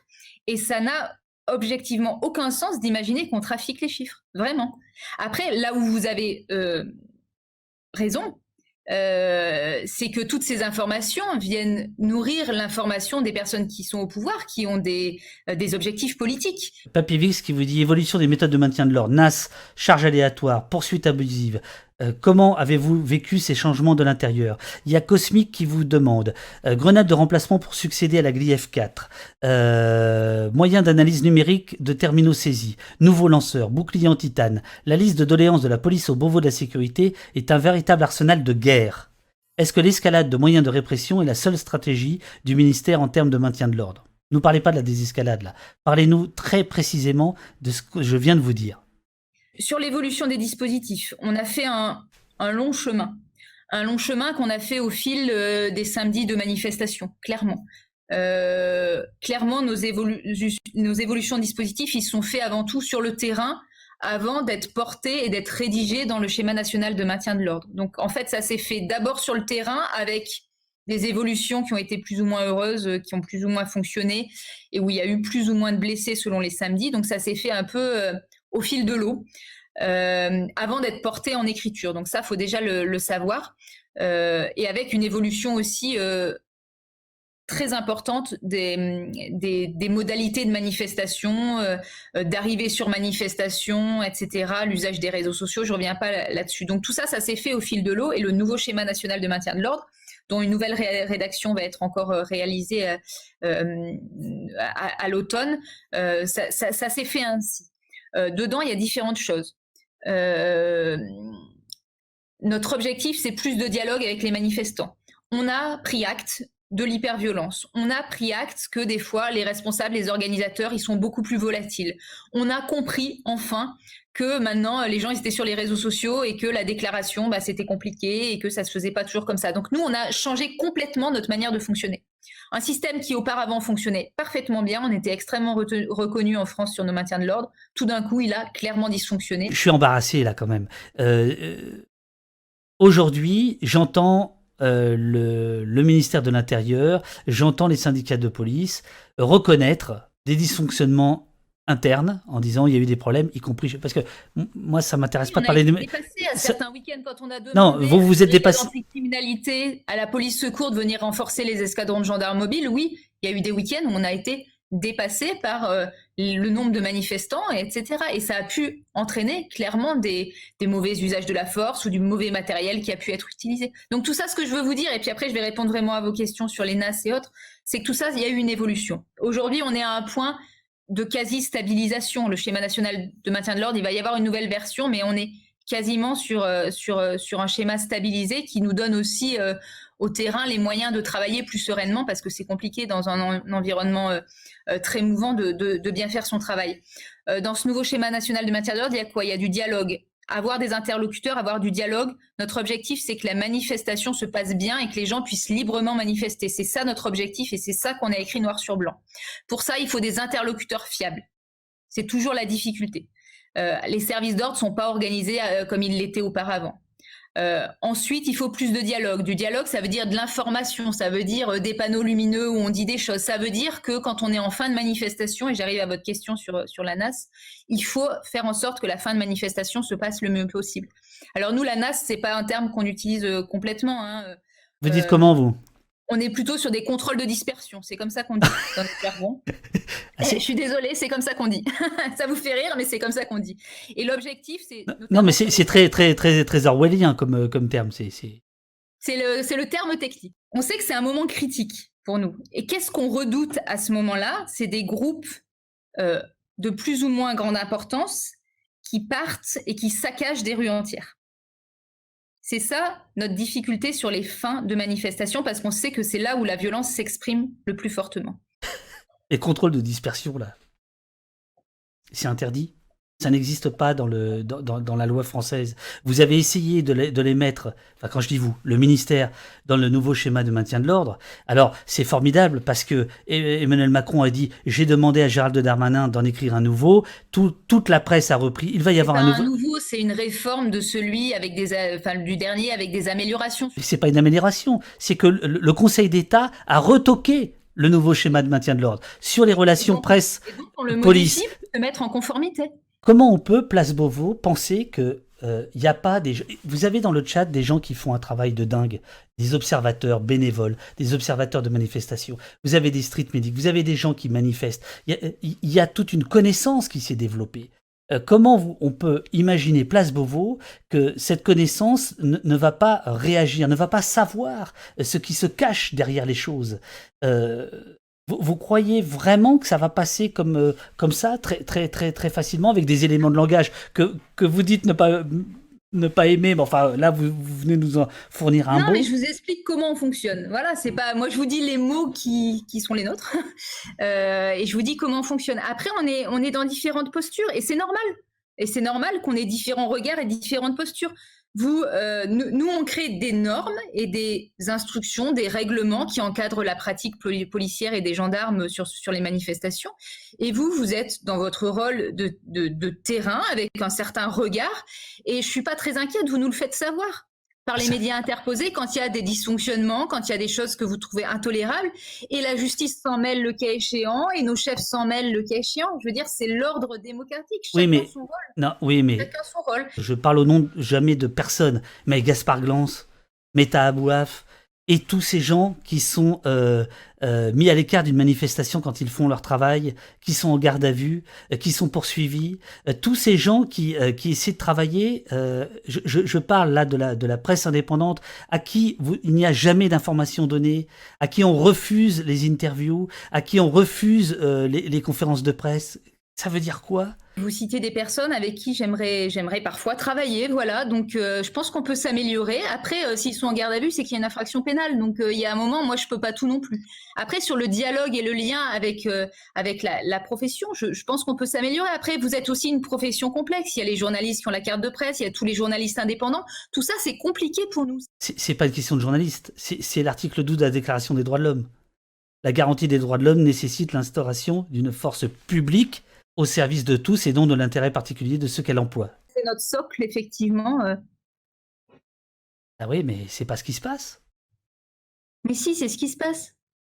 Et ça n'a objectivement aucun sens d'imaginer qu'on trafique les chiffres, vraiment. Après, là où vous avez raison, c'est que toutes ces informations viennent nourrir l'information des personnes qui sont au pouvoir, qui ont des objectifs politiques. Papivix qui vous dit évolution des méthodes de maintien de l'ordre, NAS, charge aléatoire, poursuite abusive. Comment avez-vous vécu ces changements de l'intérieur? Il y a Cosmic qui vous demande grenade de remplacement pour succéder à la grille F4, moyen d'analyse numérique de terminaux saisis, nouveau lanceur, bouclier en titane. La liste de doléances de la police au Beauvau de la sécurité est un véritable arsenal de guerre. Est-ce que l'escalade de moyens de répression est la seule stratégie du ministère en termes de maintien de l'ordre? Ne nous parlez pas de la désescalade là. Parlez-nous très précisément de ce que je viens de vous dire. Sur l'évolution des dispositifs, on a fait un long chemin. Un long chemin qu'on a fait au fil des samedis de manifestation, clairement. Clairement, nos évolutions de dispositifs, ils sont faits avant tout sur le terrain, avant d'être portés et d'être rédigés dans le schéma national de maintien de l'ordre. Donc, en fait, ça s'est fait d'abord sur le terrain avec des évolutions qui ont été plus ou moins heureuses, qui ont plus ou moins fonctionné et où il y a eu plus ou moins de blessés selon les samedis. Donc, ça s'est fait un peu au fil de l'eau, avant d'être porté en écriture. Donc ça, il faut déjà le savoir. Et avec une évolution aussi très importante des modalités de manifestation, d'arrivée sur manifestation, etc., l'usage des réseaux sociaux, je ne reviens pas là-dessus. Donc tout ça, ça s'est fait au fil de l'eau, et le nouveau schéma national de maintien de l'ordre, dont une nouvelle rédaction va être encore réalisée à l'automne, ça s'est fait ainsi. Dedans, il y a différentes choses. Notre objectif, c'est plus de dialogue avec les manifestants. On a pris acte de l'hyperviolence. On a pris acte que des fois, les responsables, les organisateurs, ils sont beaucoup plus volatiles. On a compris, enfin, que maintenant, les gens ils étaient sur les réseaux sociaux et que la déclaration, c'était compliqué et que ça se faisait pas toujours comme ça. Donc nous, on a changé complètement notre manière de fonctionner. Un système qui auparavant fonctionnait parfaitement bien, on était extrêmement reconnu en France sur nos maintiens de l'ordre, tout d'un coup il a clairement dysfonctionné. Je suis embarrassé là quand même. Aujourd'hui, j'entends le ministère de l'Intérieur, j'entends les syndicats de police reconnaître des dysfonctionnements internes en disant il y a eu des problèmes, y compris parce que moi ça m'intéresse pas de parler de. On a été dépassé à certains week-ends quand on a demandé. Non, vous êtes dépassé. Criminalité à la police secours de venir renforcer les escadrons de gendarmes mobiles. Oui, il y a eu des week-ends où on a été dépassé par le nombre de manifestants, etc. Et ça a pu entraîner clairement des mauvais usages de la force ou du mauvais matériel qui a pu être utilisé. Donc tout ça, ce que je veux vous dire, et puis après je vais répondre vraiment à vos questions sur les NAS et autres, c'est que tout ça, il y a eu une évolution. Aujourd'hui, on est à un point de quasi-stabilisation. Le schéma national de maintien de l'ordre, il va y avoir une nouvelle version, mais on est quasiment sur un schéma stabilisé qui nous donne aussi au terrain les moyens de travailler plus sereinement, parce que c'est compliqué dans un environnement très mouvant de bien faire son travail. Dans ce nouveau schéma national de maintien de l'ordre, il y a quoi? Il y a du dialogue. Avoir des interlocuteurs, avoir du dialogue. Notre objectif, c'est que la manifestation se passe bien et que les gens puissent librement manifester. C'est ça notre objectif et c'est ça qu'on a écrit noir sur blanc. Pour ça, il faut des interlocuteurs fiables. C'est toujours la difficulté. Les services d'ordre ne sont pas organisés comme ils l'étaient auparavant. Ensuite, il faut plus de dialogue. Du dialogue, ça veut dire de l'information, ça veut dire des panneaux lumineux où on dit des choses. Ça veut dire que quand on est en fin de manifestation, et j'arrive à votre question sur la NAS, il faut faire en sorte que la fin de manifestation se passe le mieux possible. Alors nous, la NAS, c'est pas un terme qu'on utilise complètement. Hein. Vous dites comment, vous? On est plutôt sur des contrôles de dispersion. C'est comme ça qu'on dit dans notre jargon. Je suis désolée, c'est comme ça qu'on dit. Ça vous fait rire, mais c'est comme ça qu'on dit. Et l'objectif, c'est... Non, mais c'est très orwellien comme terme. C'est le terme technique. On sait que c'est un moment critique pour nous. Et qu'est-ce qu'on redoute à ce moment-là? C'est des groupes de plus ou moins grande importance qui partent et qui saccagent des rues entières. C'est ça notre difficulté sur les fins de manifestation, parce qu'on sait que c'est là où la violence s'exprime le plus fortement. Les contrôles de dispersion, là, c'est interdit. Ça n'existe pas dans la loi française. Vous avez essayé de les mettre, enfin quand je dis vous, le ministère, dans le nouveau schéma de maintien de l'ordre. Alors c'est formidable parce que Emmanuel Macron a dit « j'ai demandé à Gérald Darmanin d'en écrire un nouveau ». Toute la presse a repris. Il va y avoir un nouveau. C'est une réforme de celui avec du dernier avec des améliorations. C'est pas une amélioration, c'est que le Conseil d'État a retoqué le nouveau schéma de maintien de l'ordre, sur les relations Et donc, on le presse-police. modifie pour se mettre en conformité. Comment on peut, Place Beauvau, penser que y a pas des... Vous avez dans le chat des gens qui font un travail de dingue, des observateurs bénévoles, des observateurs de manifestations. Vous avez des street medics, vous avez des gens qui manifestent. Il y a toute une connaissance qui s'est développée. Comment on peut imaginer, Place Beauvau, que cette connaissance ne va pas réagir, ne va pas savoir ce qui se cache derrière les choses? Vous croyez vraiment que ça va passer comme ça, très, très, très, très facilement, avec des éléments de langage que vous dites ne pas aimer, mais enfin, là, vous venez nous en fournir un Non, beau. mais je vous explique comment on fonctionne. Voilà, c'est pas. Moi, je vous dis les mots qui sont les nôtres, et je vous dis comment on fonctionne. Après, on est dans différentes postures, et c'est normal. Et c'est normal qu'on ait différents regards et différentes postures. Nous, on crée des normes et des instructions, des règlements qui encadrent la pratique policière et des gendarmes sur les manifestations. Et vous êtes dans votre rôle de terrain avec un certain regard. Et je suis pas très inquiète, vous nous le faites savoir par les médias interposés quand il y a des dysfonctionnements, quand il y a des choses que vous trouvez intolérables, et la justice s'en mêle le cas échéant, et nos chefs s'en mêlent le cas échéant. Je veux dire, c'est l'ordre démocratique. Chacun son rôle. Non, oui, mais chacun son rôle. Je parle au nom jamais de personne, mais Gaspard Glance, Meta Abouaf, et tous ces gens qui sont mis à l'écart d'une manifestation quand ils font leur travail, qui sont en garde à vue, qui sont poursuivis, tous ces gens qui essaient de travailler, je parle là de la presse indépendante, à qui il n'y a jamais d'informations données, à qui on refuse les interviews, à qui on refuse les conférences de presse. Ça veut dire quoi ? Vous citez des personnes avec qui j'aimerais parfois travailler, voilà. Donc, je pense qu'on peut s'améliorer. Après, s'ils sont en garde à vue, c'est qu'il y a une infraction pénale. Donc, il y a un moment, moi, je peux pas tout non plus. Après, sur le dialogue et le lien avec la profession, je pense qu'on peut s'améliorer. Après, vous êtes aussi une profession complexe. Il y a les journalistes qui ont la carte de presse, il y a tous les journalistes indépendants. Tout ça, c'est compliqué pour nous. C'est pas une question de journaliste. C'est l'article 12 de la Déclaration des droits de l'homme. La garantie des droits de l'homme nécessite l'instauration d'une force publique au service de tous et non de l'intérêt particulier de ceux qu'elle emploie. C'est notre socle, effectivement. Ah oui, mais c'est pas ce qui se passe. Mais si, c'est ce qui se passe.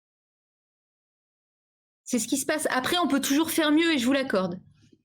C'est ce qui se passe. Après, on peut toujours faire mieux, et je vous l'accorde.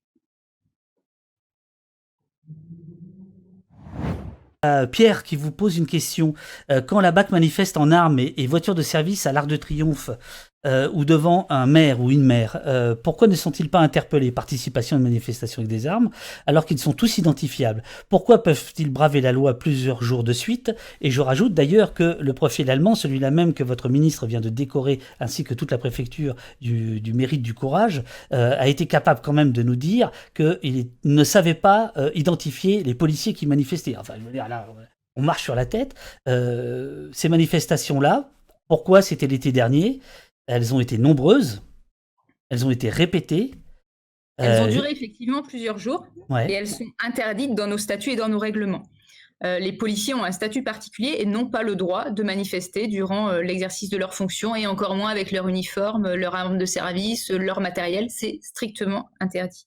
Pierre qui vous pose une question. Quand la BAC manifeste en armes et voiture de service à l'Arc de Triomphe ou devant un maire ou une maire, pourquoi ne sont-ils pas interpellés? Participation à une manifestation avec des armes, alors qu'ils sont tous identifiables. Pourquoi peuvent-ils braver la loi plusieurs jours de suite? Et je rajoute d'ailleurs que le profil allemand, celui-là même que votre ministre vient de décorer, ainsi que toute la préfecture du mérite du courage, a été capable quand même de nous dire qu'il ne savait pas identifier les policiers qui manifestaient. Enfin, je veux dire, là, on marche sur la tête. Ces manifestations-là, pourquoi c'était l'été dernier? Elles ont été nombreuses, elles ont été répétées. Elles ont duré effectivement plusieurs jours, ouais. Et elles sont interdites dans nos statuts et dans nos règlements. Les policiers ont un statut particulier et n'ont pas le droit de manifester durant l'exercice de leurs fonctions, et encore moins avec leur uniforme, leur arme de service, leur matériel. C'est strictement interdit.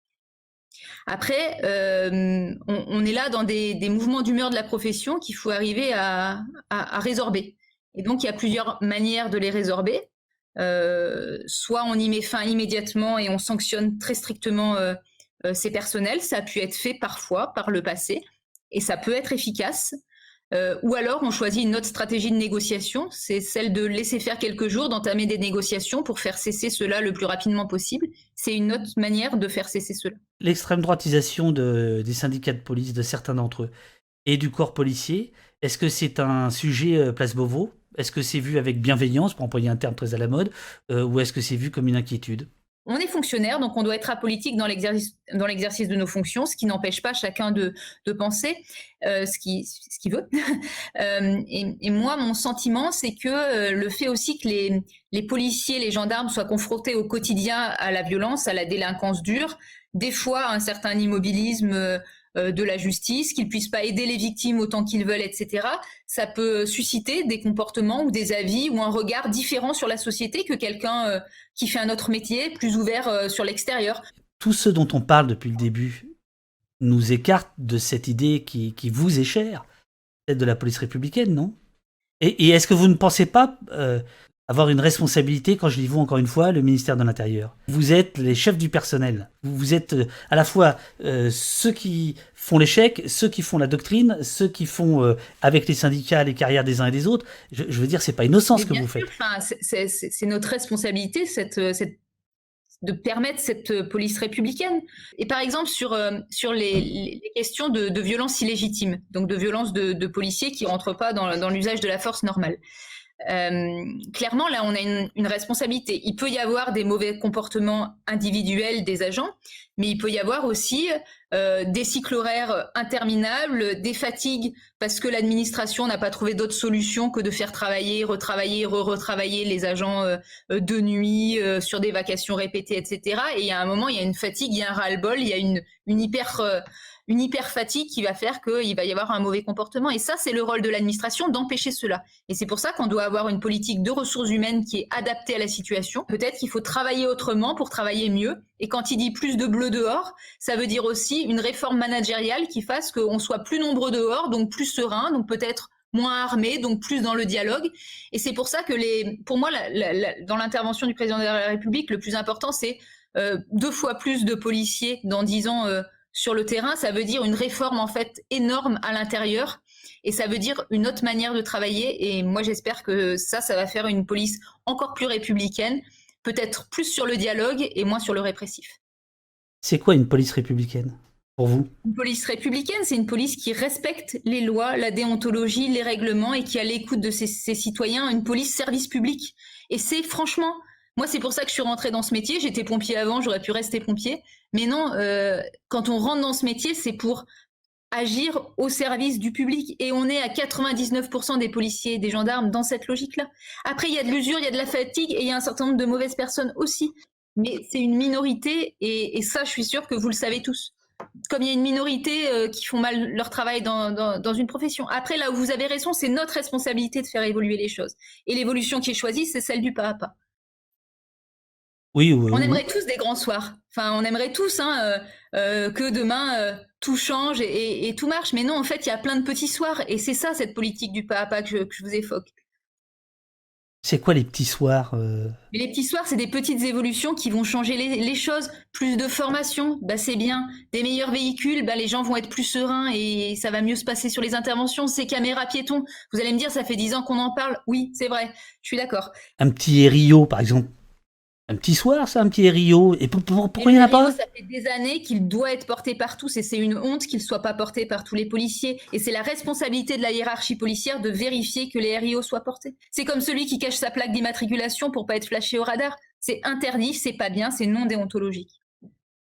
Après, on est là dans des mouvements d'humeur de la profession qu'il faut arriver à résorber. Et donc, il y a plusieurs manières de les résorber. Soit on y met fin immédiatement et on sanctionne très strictement ces personnels. Ça a pu être fait parfois par le passé et ça peut être efficace. Ou alors on choisit une autre stratégie de négociation, c'est celle de laisser faire quelques jours, d'entamer des négociations pour faire cesser cela le plus rapidement possible. C'est une autre manière de faire cesser cela. L'extrême droitisation des syndicats de police, de certains d'entre eux, et du corps policier, est-ce que c'est un sujet Place Beauvau? Est-ce que c'est vu avec bienveillance, pour employer un terme très à la mode, ou est-ce que c'est vu comme une inquiétude? On est fonctionnaire, donc on doit être apolitique dans l'exercice de nos fonctions, ce qui n'empêche pas chacun de penser ce qu'il veut. Et moi, mon sentiment, c'est que le fait aussi que les policiers, les gendarmes soient confrontés au quotidien à la violence, à la délinquance dure, des fois à un certain immobilisme de la justice, qu'ils puissent pas aider les victimes autant qu'ils veulent, etc. Ça peut susciter des comportements ou des avis ou un regard différent sur la société que quelqu'un qui fait un autre métier, plus ouvert sur l'extérieur. Tout ce dont on parle depuis le début nous écarte de cette idée qui vous est chère, celle de la police républicaine, non? Et est-ce que vous ne pensez pas avoir une responsabilité, quand je dis vous encore une fois, le ministère de l'Intérieur. Vous êtes les chefs du personnel. Vous êtes à la fois ceux qui font l'échec, ceux qui font la doctrine, ceux qui font avec les syndicats les carrières des uns et des autres. Je veux dire, c'est pas innocent ce que vous faites. C'est notre responsabilité, de permettre cette police républicaine. Et par exemple, sur les questions de violence illégitime, donc de violence de policiers qui ne rentrent pas dans l'usage de la force normale. Clairement, là, on a une responsabilité. Il peut y avoir des mauvais comportements individuels des agents, mais il peut y avoir aussi des cycles horaires interminables, des fatigues parce que l'administration n'a pas trouvé d'autre solution que de faire travailler, retravailler, retravailler les agents de nuit sur des vacations répétées, etc. Et il y a un moment, il y a une fatigue, il y a un ras-le-bol, il y a une hyper fatigue qui va faire qu'il va y avoir un mauvais comportement. Et ça, c'est le rôle de l'administration d'empêcher cela. Et c'est pour ça qu'on doit avoir une politique de ressources humaines qui est adaptée à la situation. Peut-être qu'il faut travailler autrement pour travailler mieux. Et quand il dit plus de bleu dehors, ça veut dire aussi une réforme managériale qui fasse qu'on soit plus nombreux dehors, donc plus serein, donc peut-être moins armés, donc plus dans le dialogue. Et c'est pour ça que pour moi, dans l'intervention du président de la République, le plus important, c'est 2 fois plus de policiers dans 10 ans sur le terrain. Ça veut dire une réforme en fait énorme à l'intérieur et ça veut dire une autre manière de travailler. Et moi, j'espère que ça va faire une police encore plus républicaine, peut-être plus sur le dialogue et moins sur le répressif. C'est quoi une police républicaine pour vous ? Une police républicaine, c'est une police qui respecte les lois, la déontologie, les règlements et qui a l'écoute de ses citoyens, une police service public. Et c'est franchement... Moi, c'est pour ça que je suis rentrée dans ce métier. J'étais pompier avant, j'aurais pu rester pompier. Mais non, quand on rentre dans ce métier, c'est pour agir au service du public. Et on est à 99% des policiers et des gendarmes dans cette logique-là. Après, il y a de l'usure, il y a de la fatigue et il y a un certain nombre de mauvaises personnes aussi. Mais c'est une minorité et ça, je suis sûre que vous le savez tous. Comme il y a une minorité qui font mal leur travail dans une profession. Après, là où vous avez raison, c'est notre responsabilité de faire évoluer les choses. Et l'évolution qui est choisie, c'est celle du pas à pas. Oui. On aimerait tous des grands soirs. Enfin, on aimerait tous que demain tout change et tout marche. Mais non, en fait, il y a plein de petits soirs. Et c'est ça, cette politique du pas à pas que je vous évoque. C'est quoi les petits soirs Mais les petits soirs, c'est des petites évolutions qui vont changer les choses. Plus de formation, c'est bien. Des meilleurs véhicules, les gens vont être plus sereins et ça va mieux se passer sur les interventions. Ces caméras piétons, vous allez me dire, ça fait 10 ans qu'on en parle. Oui, c'est vrai, je suis d'accord. Un petit Rio, par exemple. Un petit soir, ça, un petit Rio. Et pourquoi il n'y en a pas ? Ça fait des années qu'il doit être porté par tous et c'est une honte qu'il ne soit pas porté par tous les policiers. Et c'est la responsabilité de la hiérarchie policière de vérifier que les RIO soient portés. C'est comme celui qui cache sa plaque d'immatriculation pour pas être flashé au radar. C'est interdit, c'est pas bien, c'est non déontologique. Vous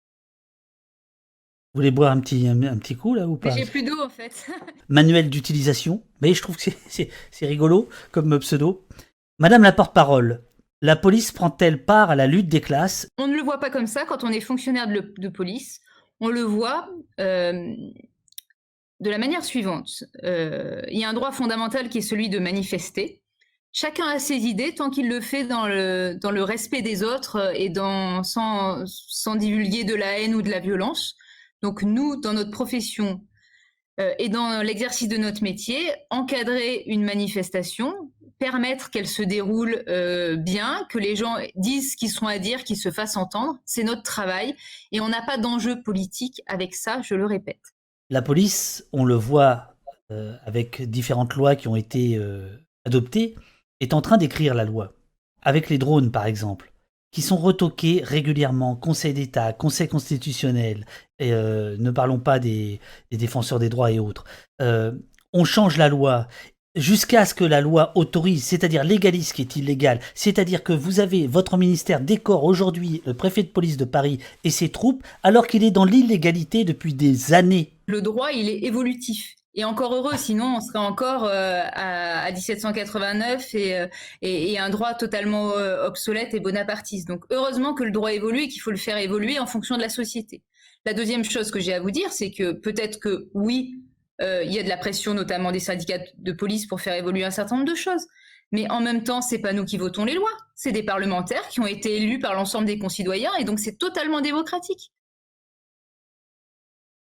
voulez boire un petit coup, là, ou pas ? Mais j'ai plus d'eau, en fait. Manuel d'utilisation. Mais je trouve que c'est rigolo, comme pseudo. Madame la porte-parole, la police prend-elle part à la lutte des classes ? On ne le voit pas comme ça quand on est fonctionnaire de police. On le voit de la manière suivante. Il y a un droit fondamental qui est celui de manifester. Chacun a ses idées tant qu'il le fait dans le respect des autres et sans divulguer de la haine ou de la violence. Donc nous, dans notre profession et dans l'exercice de notre métier, encadrer une manifestation, permettre qu'elle se déroule bien, que les gens disent ce qu'ils sont à dire, qu'ils se fassent entendre, c'est notre travail et on n'a pas d'enjeu politique avec ça, je le répète. La police, on le voit avec différentes lois qui ont été adoptées, est en train d'écrire la loi. Avec les drones, par exemple, qui sont retoqués régulièrement, Conseil d'État, Conseil constitutionnel, et ne parlons pas des défenseurs des droits et autres. On change la loi jusqu'à ce que la loi autorise, c'est-à-dire légalise ce qui est illégal, c'est-à-dire que vous avez votre ministère décore aujourd'hui le préfet de police de Paris et ses troupes, alors qu'il est dans l'illégalité depuis des années. Le droit, il est évolutif. Et encore heureux, sinon on serait encore à 1789 et un droit totalement obsolète et bonapartiste. Donc heureusement que le droit évolue et qu'il faut le faire évoluer en fonction de la société. La deuxième chose que j'ai à vous dire, c'est que peut-être que oui, il y a de la pression notamment des syndicats de police pour faire évoluer un certain nombre de choses. Mais en même temps, c'est pas nous qui votons les lois, c'est des parlementaires qui ont été élus par l'ensemble des concitoyens et donc c'est totalement démocratique.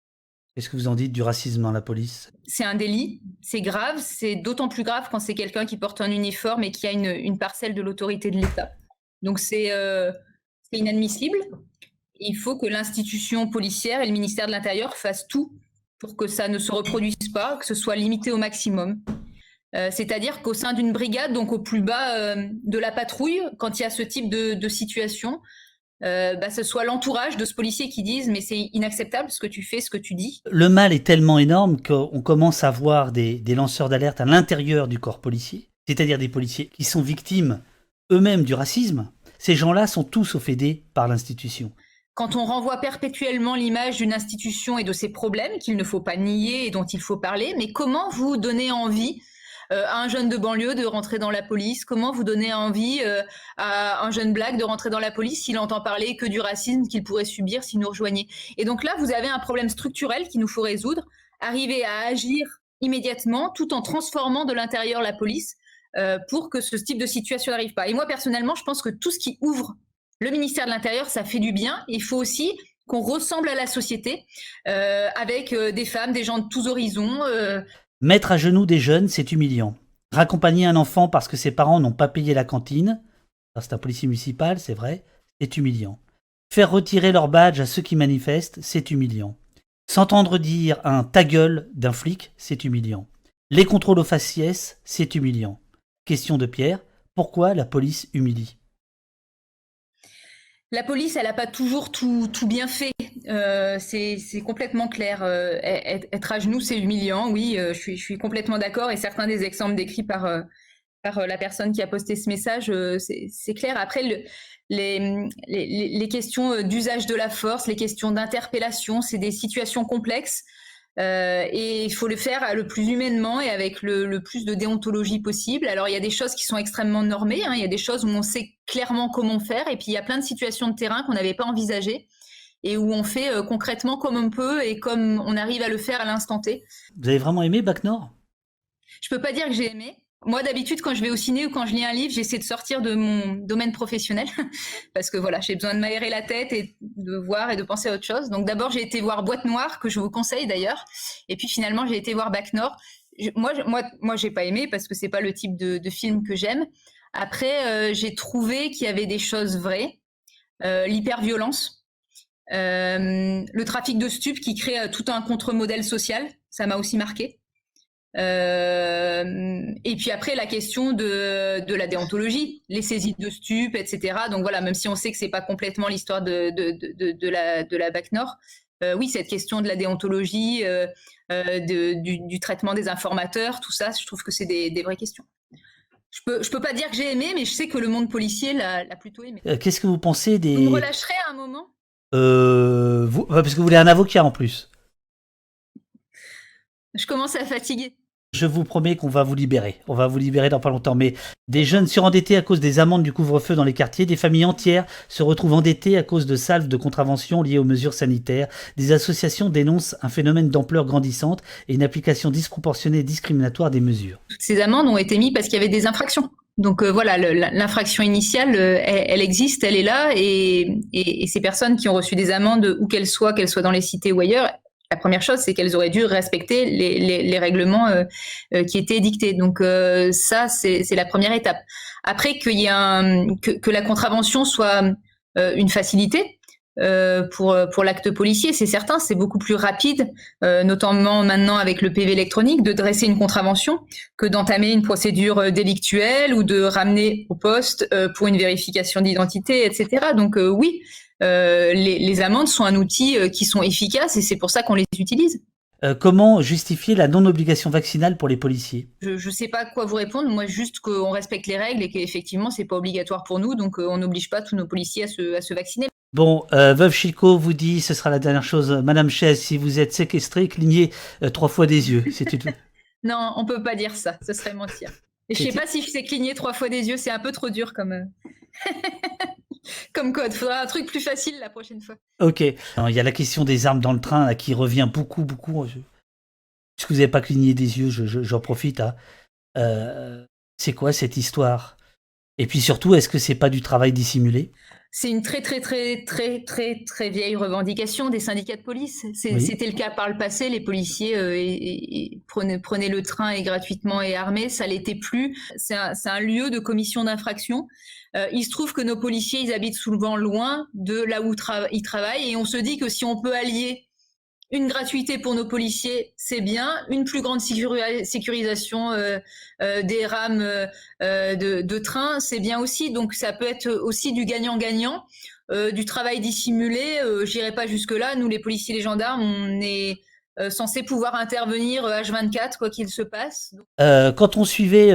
Qu'est-ce que vous en dites du racisme dans la police? C'est un délit, c'est grave, c'est d'autant plus grave quand c'est quelqu'un qui porte un uniforme et qui a une parcelle de l'autorité de l'État. Donc c'est inadmissible. Il faut que l'institution policière et le ministère de l'Intérieur fassent tout pour que ça ne se reproduise pas, que ce soit limité au maximum. C'est-à-dire qu'au sein d'une brigade, donc au plus bas de la patrouille, quand il y a ce type de situation, ce soit l'entourage de ce policier qui dise mais c'est inacceptable ce que tu fais, ce que tu dis. Le mal est tellement énorme qu'on commence à voir des lanceurs d'alerte à l'intérieur du corps policier, c'est-à-dire des policiers qui sont victimes eux-mêmes du racisme. Ces gens-là sont tous offendés par l'institution. Quand on renvoie perpétuellement l'image d'une institution et de ses problèmes qu'il ne faut pas nier et dont il faut parler, mais comment vous donnez envie à un jeune de banlieue de rentrer dans la police? Comment vous donnez envie à un jeune black de rentrer dans la police s'il entend parler que du racisme qu'il pourrait subir s'il nous rejoignait? Et donc là, vous avez un problème structurel qu'il nous faut résoudre, arriver à agir immédiatement tout en transformant de l'intérieur la police pour que ce type de situation n'arrive pas. Et moi, personnellement, je pense que tout ce qui ouvre le ministère de l'Intérieur, ça fait du bien. Il faut aussi qu'on ressemble à la société avec des femmes, des gens de tous horizons. Mettre à genoux des jeunes, c'est humiliant. Raccompagner un enfant parce que ses parents n'ont pas payé la cantine, c'est un policier municipal, c'est vrai, c'est humiliant. Faire retirer leur badge à ceux qui manifestent, c'est humiliant. S'entendre dire un ta gueule d'un flic, c'est humiliant. Les contrôles aux faciès, c'est humiliant. Question de Pierre, pourquoi la police humilie? La police, elle n'a pas toujours tout bien fait. C'est complètement clair. Être à genoux, c'est humiliant. Oui, je suis complètement d'accord. Et certains des exemples décrits par la personne qui a posté ce message, c'est clair. Après, les questions d'usage de la force, les questions d'interpellation, c'est des situations complexes. Et il faut le faire le plus humainement et avec le plus de déontologie possible. Alors il y a des choses qui sont extrêmement normées, il y a des choses où on sait clairement comment faire, et puis il y a plein de situations de terrain qu'on n'avait pas envisagées et où on fait concrètement comme on peut et comme on arrive à le faire à l'instant T. Vous avez vraiment aimé Bac Nord? Je peux pas dire que j'ai aimé. Moi, d'habitude, quand je vais au ciné ou quand je lis un livre, j'essaie de sortir de mon domaine professionnel parce que voilà, j'ai besoin de m'aérer la tête et de voir et de penser à autre chose. Donc d'abord, j'ai été voir Boîte Noire, que je vous conseille d'ailleurs, et puis finalement, j'ai été voir Bac Nord. Moi, j'ai pas aimé parce que c'est pas le type de film que j'aime. Après, j'ai trouvé qu'il y avait des choses vraies, l'hyperviolence, le trafic de stupes qui crée tout un contre-modèle social, ça m'a aussi marqué. Et puis après la question de la déontologie, les saisies de stupes, etc. Donc voilà, même si on sait que c'est pas complètement l'histoire de la BAC Nord, oui, cette question de la déontologie, du traitement des informateurs, tout ça, je trouve que c'est des vraies questions. Je peux pas dire que j'ai aimé, mais je sais que le monde policier l'a plutôt aimé. Qu'est-ce que vous pensez des... Vous me relâcherez à un moment? Parce que vous voulez un avocat en plus. Je commence à fatiguer. Je vous promets qu'on va vous libérer. On va vous libérer dans pas longtemps. Mais des jeunes surendettés à cause des amendes du couvre-feu dans les quartiers, des familles entières se retrouvent endettées à cause de salves de contraventions liées aux mesures sanitaires. Des associations dénoncent un phénomène d'ampleur grandissante et une application disproportionnée et discriminatoire des mesures. Toutes ces amendes ont été mises parce qu'il y avait des infractions. Donc voilà, l'infraction initiale, elle existe, elle est là, et ces personnes qui ont reçu des amendes, où qu'elles soient dans les cités ou ailleurs, la première chose, c'est qu'elles auraient dû respecter les règlements qui étaient édictés. Donc ça, c'est la première étape. Après, que la contravention soit une facilité pour l'acte policier, c'est certain, c'est beaucoup plus rapide, notamment maintenant avec le PV électronique, de dresser une contravention que d'entamer une procédure délictuelle ou de ramener au poste pour une vérification d'identité, etc. Donc oui, les amendes sont un outil qui sont efficaces et c'est pour ça qu'on les utilise. Comment justifier la non-obligation vaccinale pour les policiers? Je sais pas quoi vous répondre, moi juste qu'on respecte les règles et qu'effectivement c'est pas obligatoire pour nous, donc on n'oblige pas tous nos policiers à se vacciner. Bon, Veuve Chilcot vous dit, ce sera la dernière chose, Madame Chaise, si vous êtes séquestrée, clignez 3 fois des yeux. Non, on peut pas dire ça, ce serait mentir. Et je sais pas si je sais cligner 3 fois des yeux, c'est un peu trop dur comme... comme code. Faudra un truc plus facile la prochaine fois. Ok. Alors, il y a la question des armes dans le train là, qui revient beaucoup. Puisque vous n'avez pas cligné des yeux, j'en profite. C'est quoi cette histoire? Et puis surtout, est-ce que c'est pas du travail dissimulé? C'est une très très très très très très vieille revendication des syndicats de police. Oui. C'était le cas par le passé. Les policiers prenaient le train et gratuitement et armés. Ça l'était plus. C'est un lieu de commission d'infraction. Il se trouve que nos policiers, ils habitent souvent loin de là où ils travaillent, et on se dit que si on peut allier une gratuité pour nos policiers, c'est bien. Une plus grande sécurisation des rames de train, c'est bien aussi. Donc ça peut être aussi du gagnant-gagnant. Du travail dissimulé, j'irai pas jusque-là. Nous, les policiers et les gendarmes, on est censé pouvoir intervenir H24, quoi qu'il se passe. Quand on suivait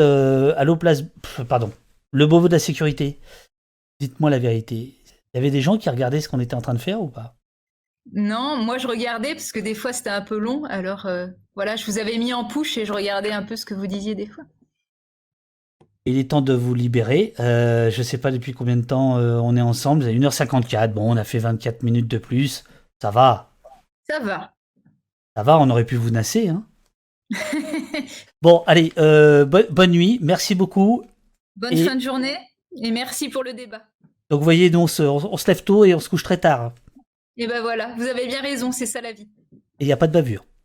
le Beauvau de la sécurité, dites-moi la vérité, il y avait des gens qui regardaient ce qu'on était en train de faire ou pas? Non, moi je regardais parce que des fois c'était un peu long. Alors voilà, je vous avais mis en push et je regardais un peu ce que vous disiez des fois. Il est temps de vous libérer. Je sais pas depuis combien de temps on est ensemble. C'est 1h54. Bon, on a fait 24 minutes de plus. Ça va. Ça va. Ça va, on aurait pu vous nasser. Hein. Bon, allez, bonne nuit. Merci beaucoup. Bonne fin de journée et merci pour le débat. Donc, vous voyez, nous, on se lève tôt et on se couche très tard. Et ben voilà, vous avez bien raison, c'est ça la vie. Et il n'y a pas de bavure.